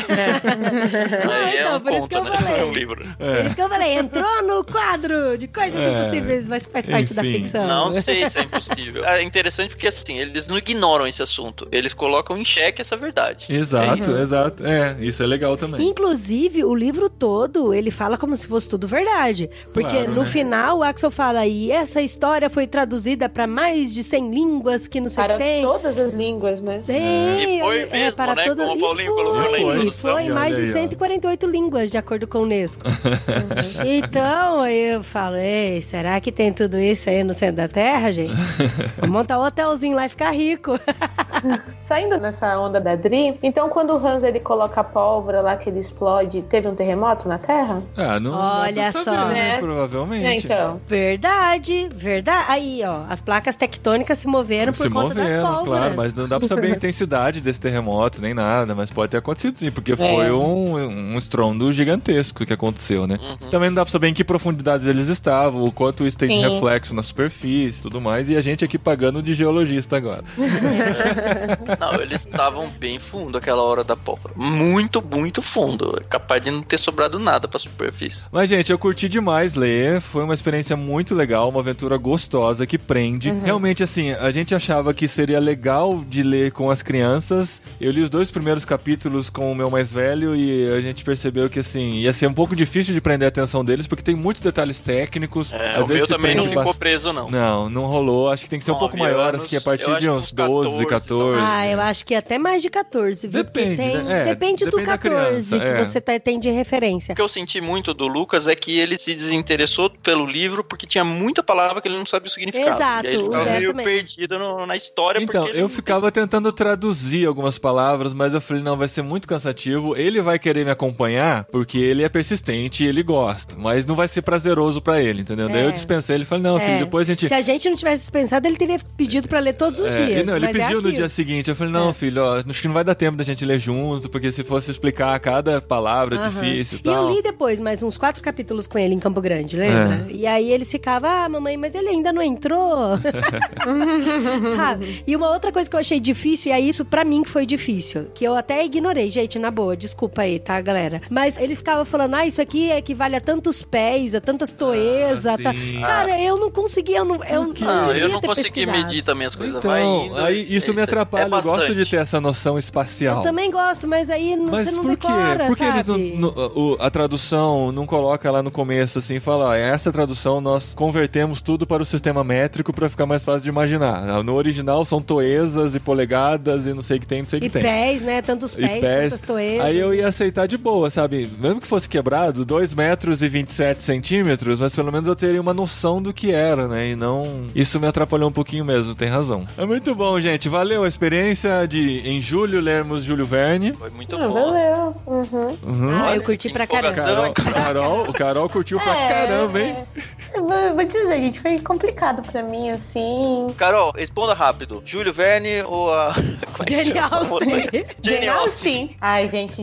Aí é então, um por isso conto, que eu né? falei. É um livro. Por isso que eu falei, entrou no quadro de coisas É. impossíveis, mas que faz parte da Enfim. ficção. Não sei se é impossível. É interessante porque, assim, eles não ignoram esse assunto. Eles colocam em xeque essa verdade. Exato, É exato. É, isso é legal também. Inclusive, o livro todo, ele fala como se fosse tudo verdade. Porque Claro, no né? final, o Axel fala, e essa história foi traduzida pra mais de cem línguas, que não sei o Para que tem. todas as línguas, né? Tem, E foi é, mesmo, para né? todas... Como o E Paulinho foi, colocou na introdução. foi E mais olha de aí, ó. cento e quarenta e oito línguas, de acordo com o Unesco. Então, eu falei, será que tem tudo isso aí no centro da Terra, gente? Vou montar um hotelzinho lá e ficar rico. Saindo nessa onda da Dri, então quando o Hans ele coloca a pólvora lá que ele explode, teve um terremoto na Terra? Ah, não Olha dá pra só. saber, né? É. Provavelmente. É, então. Verdade, verdade. Aí, ó, as placas tectônicas se moveram por Se conta das moveram, pólvoras. claro, mas não dá pra saber a intensidade desse terremoto, nem nada, mas pode ter acontecido sim, porque foi um, um estrondo gigantesco que aconteceu, né? Uhum. Também não dá pra saber em que profundidades eles estavam, o quanto isso tem de Sim. reflexo na superfície e tudo mais, e a gente aqui pagando de geologista agora. Não, eles estavam bem fundo aquela hora da pólvora. Muito, muito fundo. É capaz de não ter sobrado nada pra superfície. Mas, gente, eu curti demais ler, foi uma experiência muito legal, uma aventura gostosa que prende. Realmente, assim, a gente achava que seria legal de ler com as crianças. Eu li os dois primeiros capítulos com o meu mais velho e a gente percebeu que, assim, ia ser um pouco difícil de prender a atenção deles, porque tem muitos detalhes técnicos. É, às o vezes meu se também não prende ficou bast- preso, não. Não, não rolou. Acho que tem que ser um Nove pouco maior, anos, acho que a eu partir acho de que uns uns doze, catorze. Ah, eu acho que até mais de catorze, viu? Porque Depende, tem- né? É, depende do depende da catorze criança, que é. você tá- tem de referência. O que eu senti muito do Lucas é que ele se desinteressou pelo livro porque tinha muita palavra que ele não sabia o significado. Exato, E aí ele o ficava Dé meio também. perdido no- na história. Então, porque ele eu não ficava tentando traduzir algumas palavras, mas eu falei, não, vai ser muito cansativo. Ele vai querer me acompanhar porque ele é persistente e ele gosta, mas não vai ser prazeroso pra ele, entendeu? Daí É. eu dispensei, ele falou, não, filho, É. depois a gente... Se a gente não tivesse dispensado, ele teria pedido pra ler todos os É, dias. e não, ele mas é pediu no aquilo. dia seguinte. Eu falei, não, É. filho, ó, acho que não vai dar tempo da gente ler junto, porque se fosse explicar cada palavra Aham. difícil e E eu tal. li depois mais uns quatro capítulos com ele em Campo Grande, lembra? E aí eles ficavam, ah, mamãe, mas ele ainda não entrou. Sabe? E uma outra coisa que eu achei difícil, e é isso pra mim que foi difícil, que eu até ignorei, gente, na boa, desculpa aí, tá, galera? Mas ele ficava falando, ah, isso aqui equivale a tantos pés, a tantas toezas. Ah, tá... sim. Cara, eu não consegui, eu não, eu quê? não Não, devia eu não ter consegui pesquisado. medir também as coisas. Então, Vai indo, aí isso me é- atrapalha. é eu gosto de bastante. ter essa noção espacial. Eu também gosto, mas aí não- Mas você não por quê? decora, Por que eles sabe? não, no- o- a tradução não coloca lá no começo assim, fala, ó, essa tradução nós convertemos tudo para o sistema métrico para ficar mais fácil de imaginar. No original são toezas e polegadas e não sei o que tem, não sei o que E tem. pés, né? Tantos E pés, pés. tantas toezas. Aí eu ia aceitar de boa, sabe? Mesmo que fosse quebrado, dois metros e vinte e sete centímetros, mas pelo menos eu teria uma noção do que era, né? E não... Isso me atrapalhou um pouquinho mesmo, tem razão. É muito bom, gente. Valeu a experiência de, em julho, lermos Júlio Verne. Foi muito Ah, bom. valeu. Uhum. Uhum. Ah, Olha, eu curti que pra caramba. empolgação. Carol, Carol, o Carol curtiu pra É, caramba, hein? Eu Vou, vou dizer, gente, foi complicado pra mim, assim. Carol, responda rápido. Júlio Verne ou a... Jane Austen. Jane Austen. Ai, gente, Jane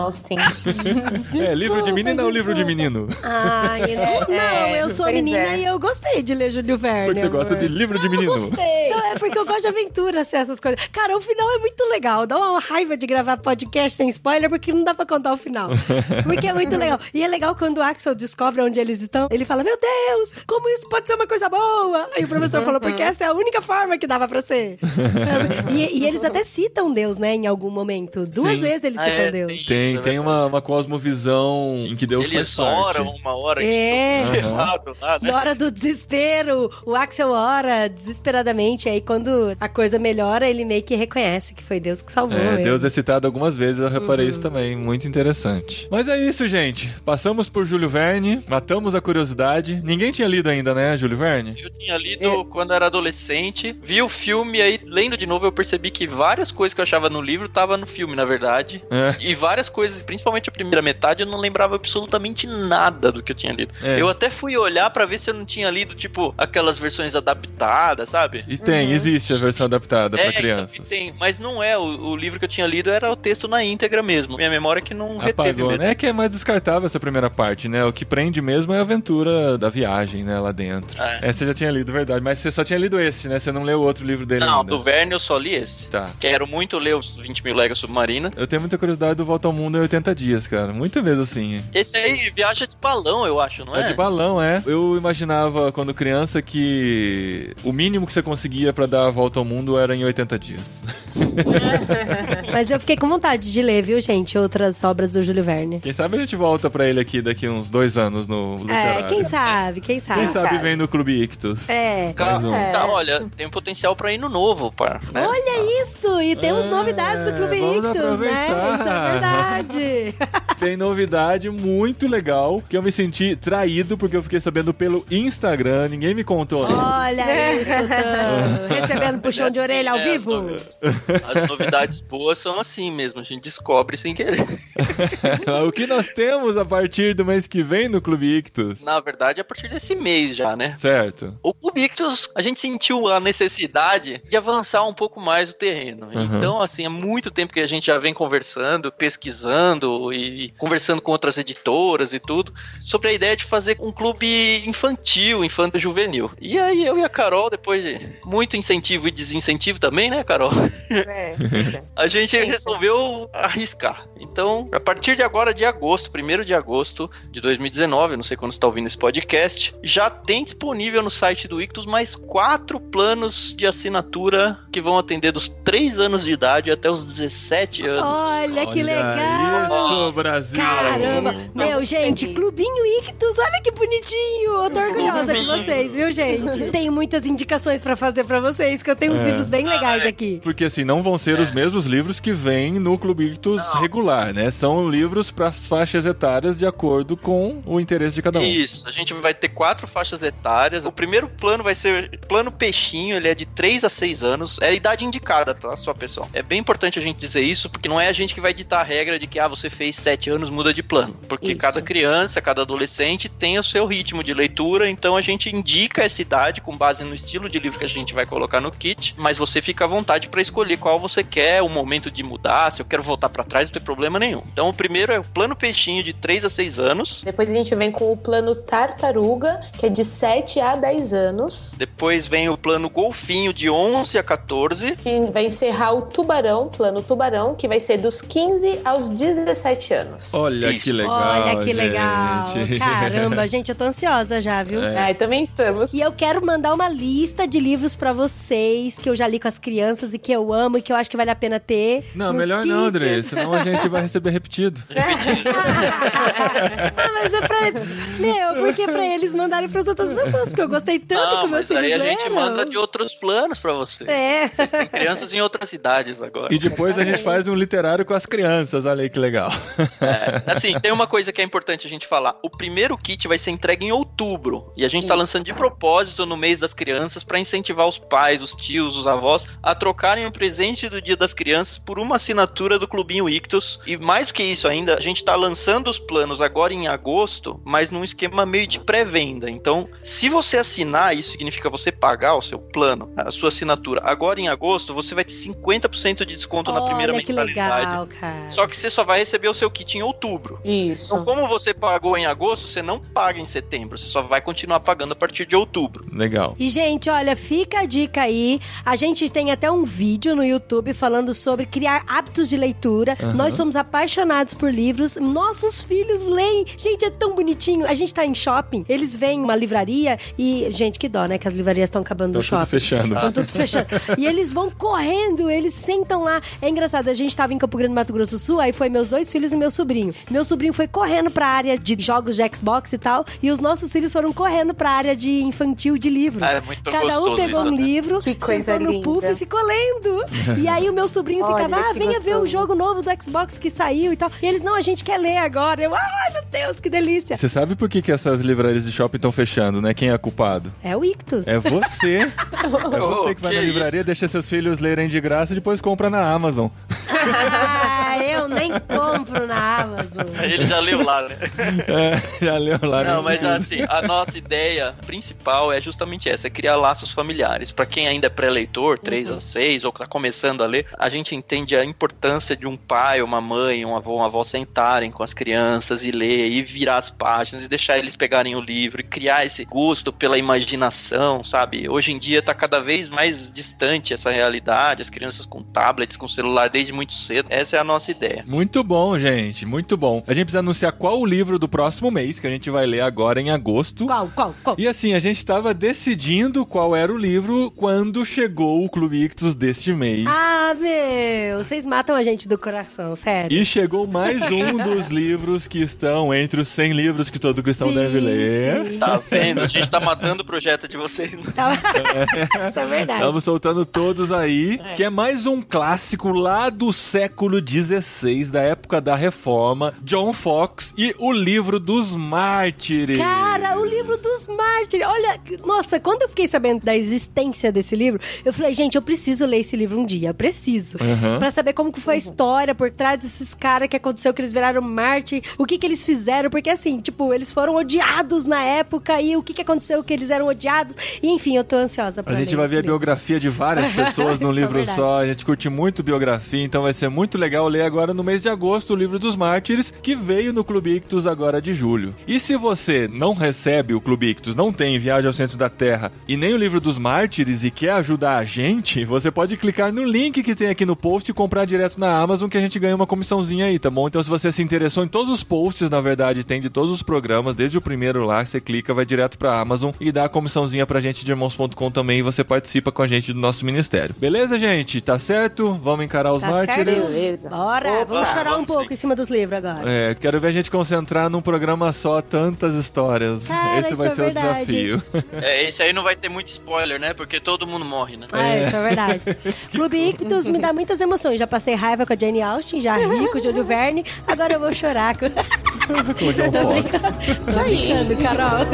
Austin. É, livro de menina ou livro de menino? Ai, não, não, eu sou pois menina é. e eu gostei de ler Júlio Verne. Porque você amor. gosta de livro de menino. Gostei. Não, é porque eu gosto de aventura, assim, essas coisas. Cara, o final é muito legal. Dá uma raiva de gravar podcast sem spoiler, porque não dá pra contar o final. Porque é muito legal. E é legal quando o Axel descobre onde eles estão. Ele fala, meu Deus, como isso pode ser uma coisa boa? Aí o professor falou, porque essa é a única forma que dava pra ser. e, e eles até citam Deus, né, em algum momento. Duas Sim. vezes eles Ah, citam é, Deus. tem isso, Tem, é tem uma, uma cosmovisão em que Deus faz Eles parte. oram uma hora que É. estão ferrados lá, né? Na hora do desespero, o Axel ora desesperadamente. Aí quando a coisa melhora, ele meio que reconhece que foi Deus que salvou É, ele. Deus é citado algumas vezes, eu reparei Uhum. isso também, muito interessante. Mas é isso, gente. Passamos por Júlio Verne, matamos a curiosidade. Ninguém tinha lido ainda, né, Júlio Verne? Eu tinha lido quando era adolescente, vi o filme e aí, lendo de novo, eu percebi que várias coisas que eu achava no livro estavam no filme, na verdade. É. E várias coisas, principalmente a primeira metade, eu não lembrava absolutamente nada do que eu tinha lido. É. Eu até fui olhar pra ver se eu não tinha lido, tipo, aquelas versões adaptadas, sabe? E tem, existe a versão adaptada pra então, crianças. tem, mas não é. O, o livro que eu tinha lido era o texto na íntegra mesmo. Minha memória que não reteve Apagou, mesmo. né? É que é mais descartável essa primeira parte, né? O que prende mesmo é a aventura da viagem, né? Lá dentro. É. Essa você já tinha lido, verdade. Mas você só tinha lido esse, né? Você não leu o outro livro dele Não, ainda. do Verne eu só li esse. Tá. Quero muito ler os vinte mil Léguas Submarina. Eu tenho muita curiosidade do Volta ao Mundo em oitenta dias, cara. Muito mesmo assim. Esse aí viaja de balão, eu acho, não é? É de balão, é. Eu imaginava quando criança que o mínimo que você conseguia pra dar a volta ao mundo era em oitenta dias. Mas eu fiquei com vontade de ler, viu, gente? Outras obras do Júlio Verne. Quem sabe a gente volta pra ele aqui daqui uns dois anos no literário. É, quem sabe, quem sabe. Quem sabe sabe? vem no Clube Ictus. É. Cara, Mais um. É. tá, olha, tem um potencial pra ir no novo, pá. Né? Olha isso! E temos É, novidades do Clube vamos Ictus, né? aproveitar. Isso é verdade. Tem novidade muito legal que eu me senti traído porque eu fiquei sabendo pelo Instagram. Ninguém me contou. Olha isso, Tan. Recebendo puxão de orelha ao É, vivo. As novidades boas são assim mesmo, a gente descobre sem querer. O que nós temos a partir do mês que vem no Clube Ictus? Na verdade, a partir desse mês já, né? Certo. O Clube Ictus, a gente sentiu a necessidade de avançar um pouco mais o terreno. Uhum. Então, assim, há muito tempo que a gente já vem conversando, pesquisando e conversando com outras editoras e tudo, sobre a ideia de fazer um clube infantil, infanto-juvenil. E aí eu e a Carol, depois de muito incentivo e desincentivo também, né, Carol? É, A gente resolveu arriscar. Então, a partir de agora, de agosto, primeiro de agosto de dois mil e dezenove, não sei quando você está ouvindo esse podcast, já tem disponível no site do Ictus mais quatro planos de assinatura que vão atender dos três anos de idade até os dezessete anos. Olha que Olha legal. isso, Brasil. Caramba. Meu, gente, Clubinho Ictus, olha que bonitinho. Eu tô orgulhosa de vocês, viu, gente? Tenho muitas indicações pra fazer pra vocês, que eu tenho uns É. livros bem legais aqui. Porque assim, não vão ser os mesmos livros que vêm no Clube Ictus regular, né? São livros para faixas etárias de acordo com o interesse de cada um. Isso, a gente vai ter quatro faixas etárias. O primeiro plano vai ser plano peixinho, ele é de três a seis anos. É a idade indicada, tá, só pessoal? É bem importante a gente dizer isso, porque não é a gente que vai ditar a regra de que, ah, você fez sete anos, muda de plano. Porque Isso. cada criança, cada adolescente tem o seu ritmo de leitura, então a gente indica essa idade com base no estilo de livro que a gente vai colocar no kit, mas você fica à vontade para escolher qual você quer, o momento de mudar, se eu quero voltar para trás, não tem problema nenhum. Então o primeiro é o plano peixinho de três a seis anos. Depois a gente vem com o plano tartaruga, que é de sete a dez anos. Depois vem o plano golfinho de onze a quatorze. E vai encerrar o tubarão, plano tubarão, que vai ser dos quinze aos dezessete anos. Olha Isso. que legal. Olha que gente. legal. Caramba, gente, eu tô ansiosa já, viu? É. Ai, também estamos. E eu quero mandar uma lista de livros pra vocês que eu já li com as crianças e que eu amo e que eu acho que vale a pena ter. Não, nos melhor não, André, kits. senão a gente vai receber repetido. Ah, mas é pra... Meu, porque é pra eles mandarem pras outras pessoas, porque eu gostei tanto Não, que meus mas aí filhos a gente leram. manda de outros planos pra vocês. É. Vocês têm crianças em outras idades agora. E depois a gente faz um literário com as crianças, olha aí que legal. É, assim, tem uma coisa que é importante a gente falar. O primeiro kit vai ser entregue em outubro. E a gente tá lançando de propósito no mês das crianças pra incentivar os pais, os tios, os avós a trocarem o presente do Dia das Crianças por uma assinatura do Clubinho Ictus. E mais mais do que isso ainda, a gente tá lançando os planos agora em agosto, mas num esquema meio de pré-venda. Então, se você assinar, isso significa você pagar o seu plano, a sua assinatura, agora em agosto, você vai ter cinquenta por cento de desconto Olha, na primeira que mensalidade. legal, cara. Só que você só vai receber o seu kit em outubro. Isso. Então, como você pagou em agosto, você não paga em setembro, você só vai continuar pagando a partir de outubro. Legal. E, gente, olha, fica a dica aí. A gente tem até um vídeo no YouTube falando sobre criar hábitos de leitura. Uhum. Nós somos apaixonados por livros. Nossos filhos leem. Gente, é tão bonitinho. A gente tá em shopping, eles vêm em uma livraria e... Gente, que dó, né? Que as livrarias estão acabando no Estão shopping. tudo fechando. Estão tudo fechando. E eles vão correndo, eles sentam lá. É engraçado, a gente tava em Campo Grande, Mato Grosso do Sul, aí foi meus dois filhos e meu sobrinho. Meu sobrinho foi correndo pra área de jogos de Xbox e tal, e os nossos filhos foram correndo pra área de infantil de livros. Ah, é muito Cada um gostoso pegou isso, um né? livro, Que coisa sentou no linda. puff e ficou lendo. E aí o meu sobrinho Olha, ficava, ah, que venha ver o gostoso. jogo novo do Xbox que saiu e tal. E eles, não, a gente quer ler agora. Eu, ai, meu Deus, que delícia. Você sabe por que, que essas livrarias de shopping estão fechando, né? Quem é culpado? É o Ictus. É você. É você que vai Que na isso? livraria, deixa seus filhos lerem de graça e depois compra na Amazon. Ah, eu nem compro na Amazon. Ele já leu lá, né? É, já leu lá. Não, nem mas precisa. assim, a nossa ideia principal é justamente essa, é criar laços familiares. Pra quem ainda é pré-leitor, três a seis, ou tá começando a ler, a gente entende a importância de um pai, uma mãe, um avô, uma avó sentarem com as crianças e ler, e virar as páginas, e deixar eles pegarem o livro, e criar esse gosto pela imaginação, sabe? Hoje em dia tá cada vez mais distante essa realidade, as crianças com tablets, com celular desde muito cedo. Essa é a nossa ideia. Muito bom, gente, muito bom. A gente precisa anunciar qual o livro do próximo mês, que a gente vai ler agora em agosto. Qual, qual, qual? E assim, a gente estava decidindo qual era o livro quando chegou o Clube Ictus deste mês. Ah, meu, vocês matam a gente do coração, sério. E chegou mais um dos livros que estão entre os cem livros que todo cristão Sim, deve ler. sim. Tá vendo? A gente tá matando o projeto de vocês. Tá- Isso é verdade. Estamos soltando todos aí, que é mais um clássico lá do século dezesseis, da época da Reforma, John Foxe e o Livro dos Mártires. Cara, o livro dos mártires. Olha, nossa, quando eu fiquei sabendo da existência desse livro, eu falei, gente, eu preciso ler esse livro um dia, eu preciso. Uhum. Pra saber como que foi a história por trás desses caras que aconteceu, que eles viraram mártir, o que que eles fizeram, porque assim, tipo, eles foram odiados na época e o que que aconteceu que eles eram odiados. E enfim, eu tô ansiosa pra A ler gente vai esse ver a livro. biografia de várias pessoas num Isso é livro verdade. só. A gente curte muito biografia, então vai ser muito legal ler agora no mês de agosto o Livro dos Mártires, que veio no Clube Ictus agora de julho. E se você não recebe o Clube Ictus, não tem Viagem ao Centro da Terra e nem o Livro dos Mártires e quer ajudar a gente, você pode clicar no link que tem aqui no post e comprar direto na Amazon, que a gente ganha uma comissãozinha aí, tá bom? Então se você se interessou em todos os posts, na verdade, tem de todos os programas, desde o primeiro lá, você clica, vai direto pra Amazon e dá a comissãozinha pra gente de irmãos ponto com também, e você participa com a gente do nosso ministério. Beleza, gente? Tá certo? Vamos encarar os Tá mártires? certo? Beleza. Bora, Opa, vamos chorar um vamos pouco sim. em cima dos livros agora. É, quero ver a gente concentrar num programa só tantas histórias. Cara, Esse isso vai é ser verdade. o desafio. É, esse aí não vai ter muito spoiler, né? Porque todo mundo morre, né? É, isso é verdade. Clube Ictus me dá muitas emoções. Já passei raiva com a Jane Austen, já ri com o Júlio Verne, agora eu vou chorar com... Com o John Tô Fox. brincando, tô brincando, Carol.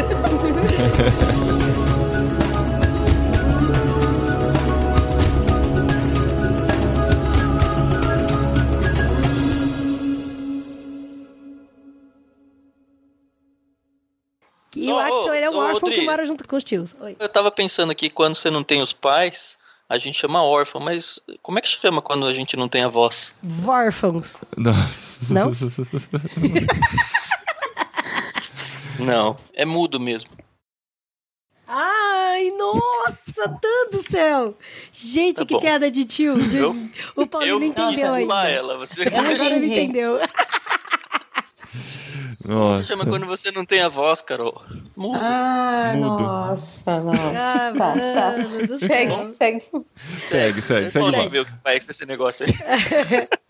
E o Ô, Axel, ele é um ô, órfão Rodrigo. que mora junto com os tios. Oi. Eu tava pensando aqui, quando você não tem os pais, a gente chama órfão, mas como é que chama quando a gente não tem avós? Vórfãos. Nossa. Não? Não, é mudo mesmo. Ai, nossa, tanto do céu. Gente, Tá que bom. piada de tio. De- Eu- O Paulinho Eu não quis entendeu pular ainda. ela. Você Eu não Agora ele entendi. entendeu. Nossa. chama quando você não tem avós, Carol. Mudo. Ah, Mudo. nossa, nossa. Ah, Tá, tá. mano do Segue, céu. segue. Segue, segue, segue Vamos lá. ver o que vai com esse negócio aí.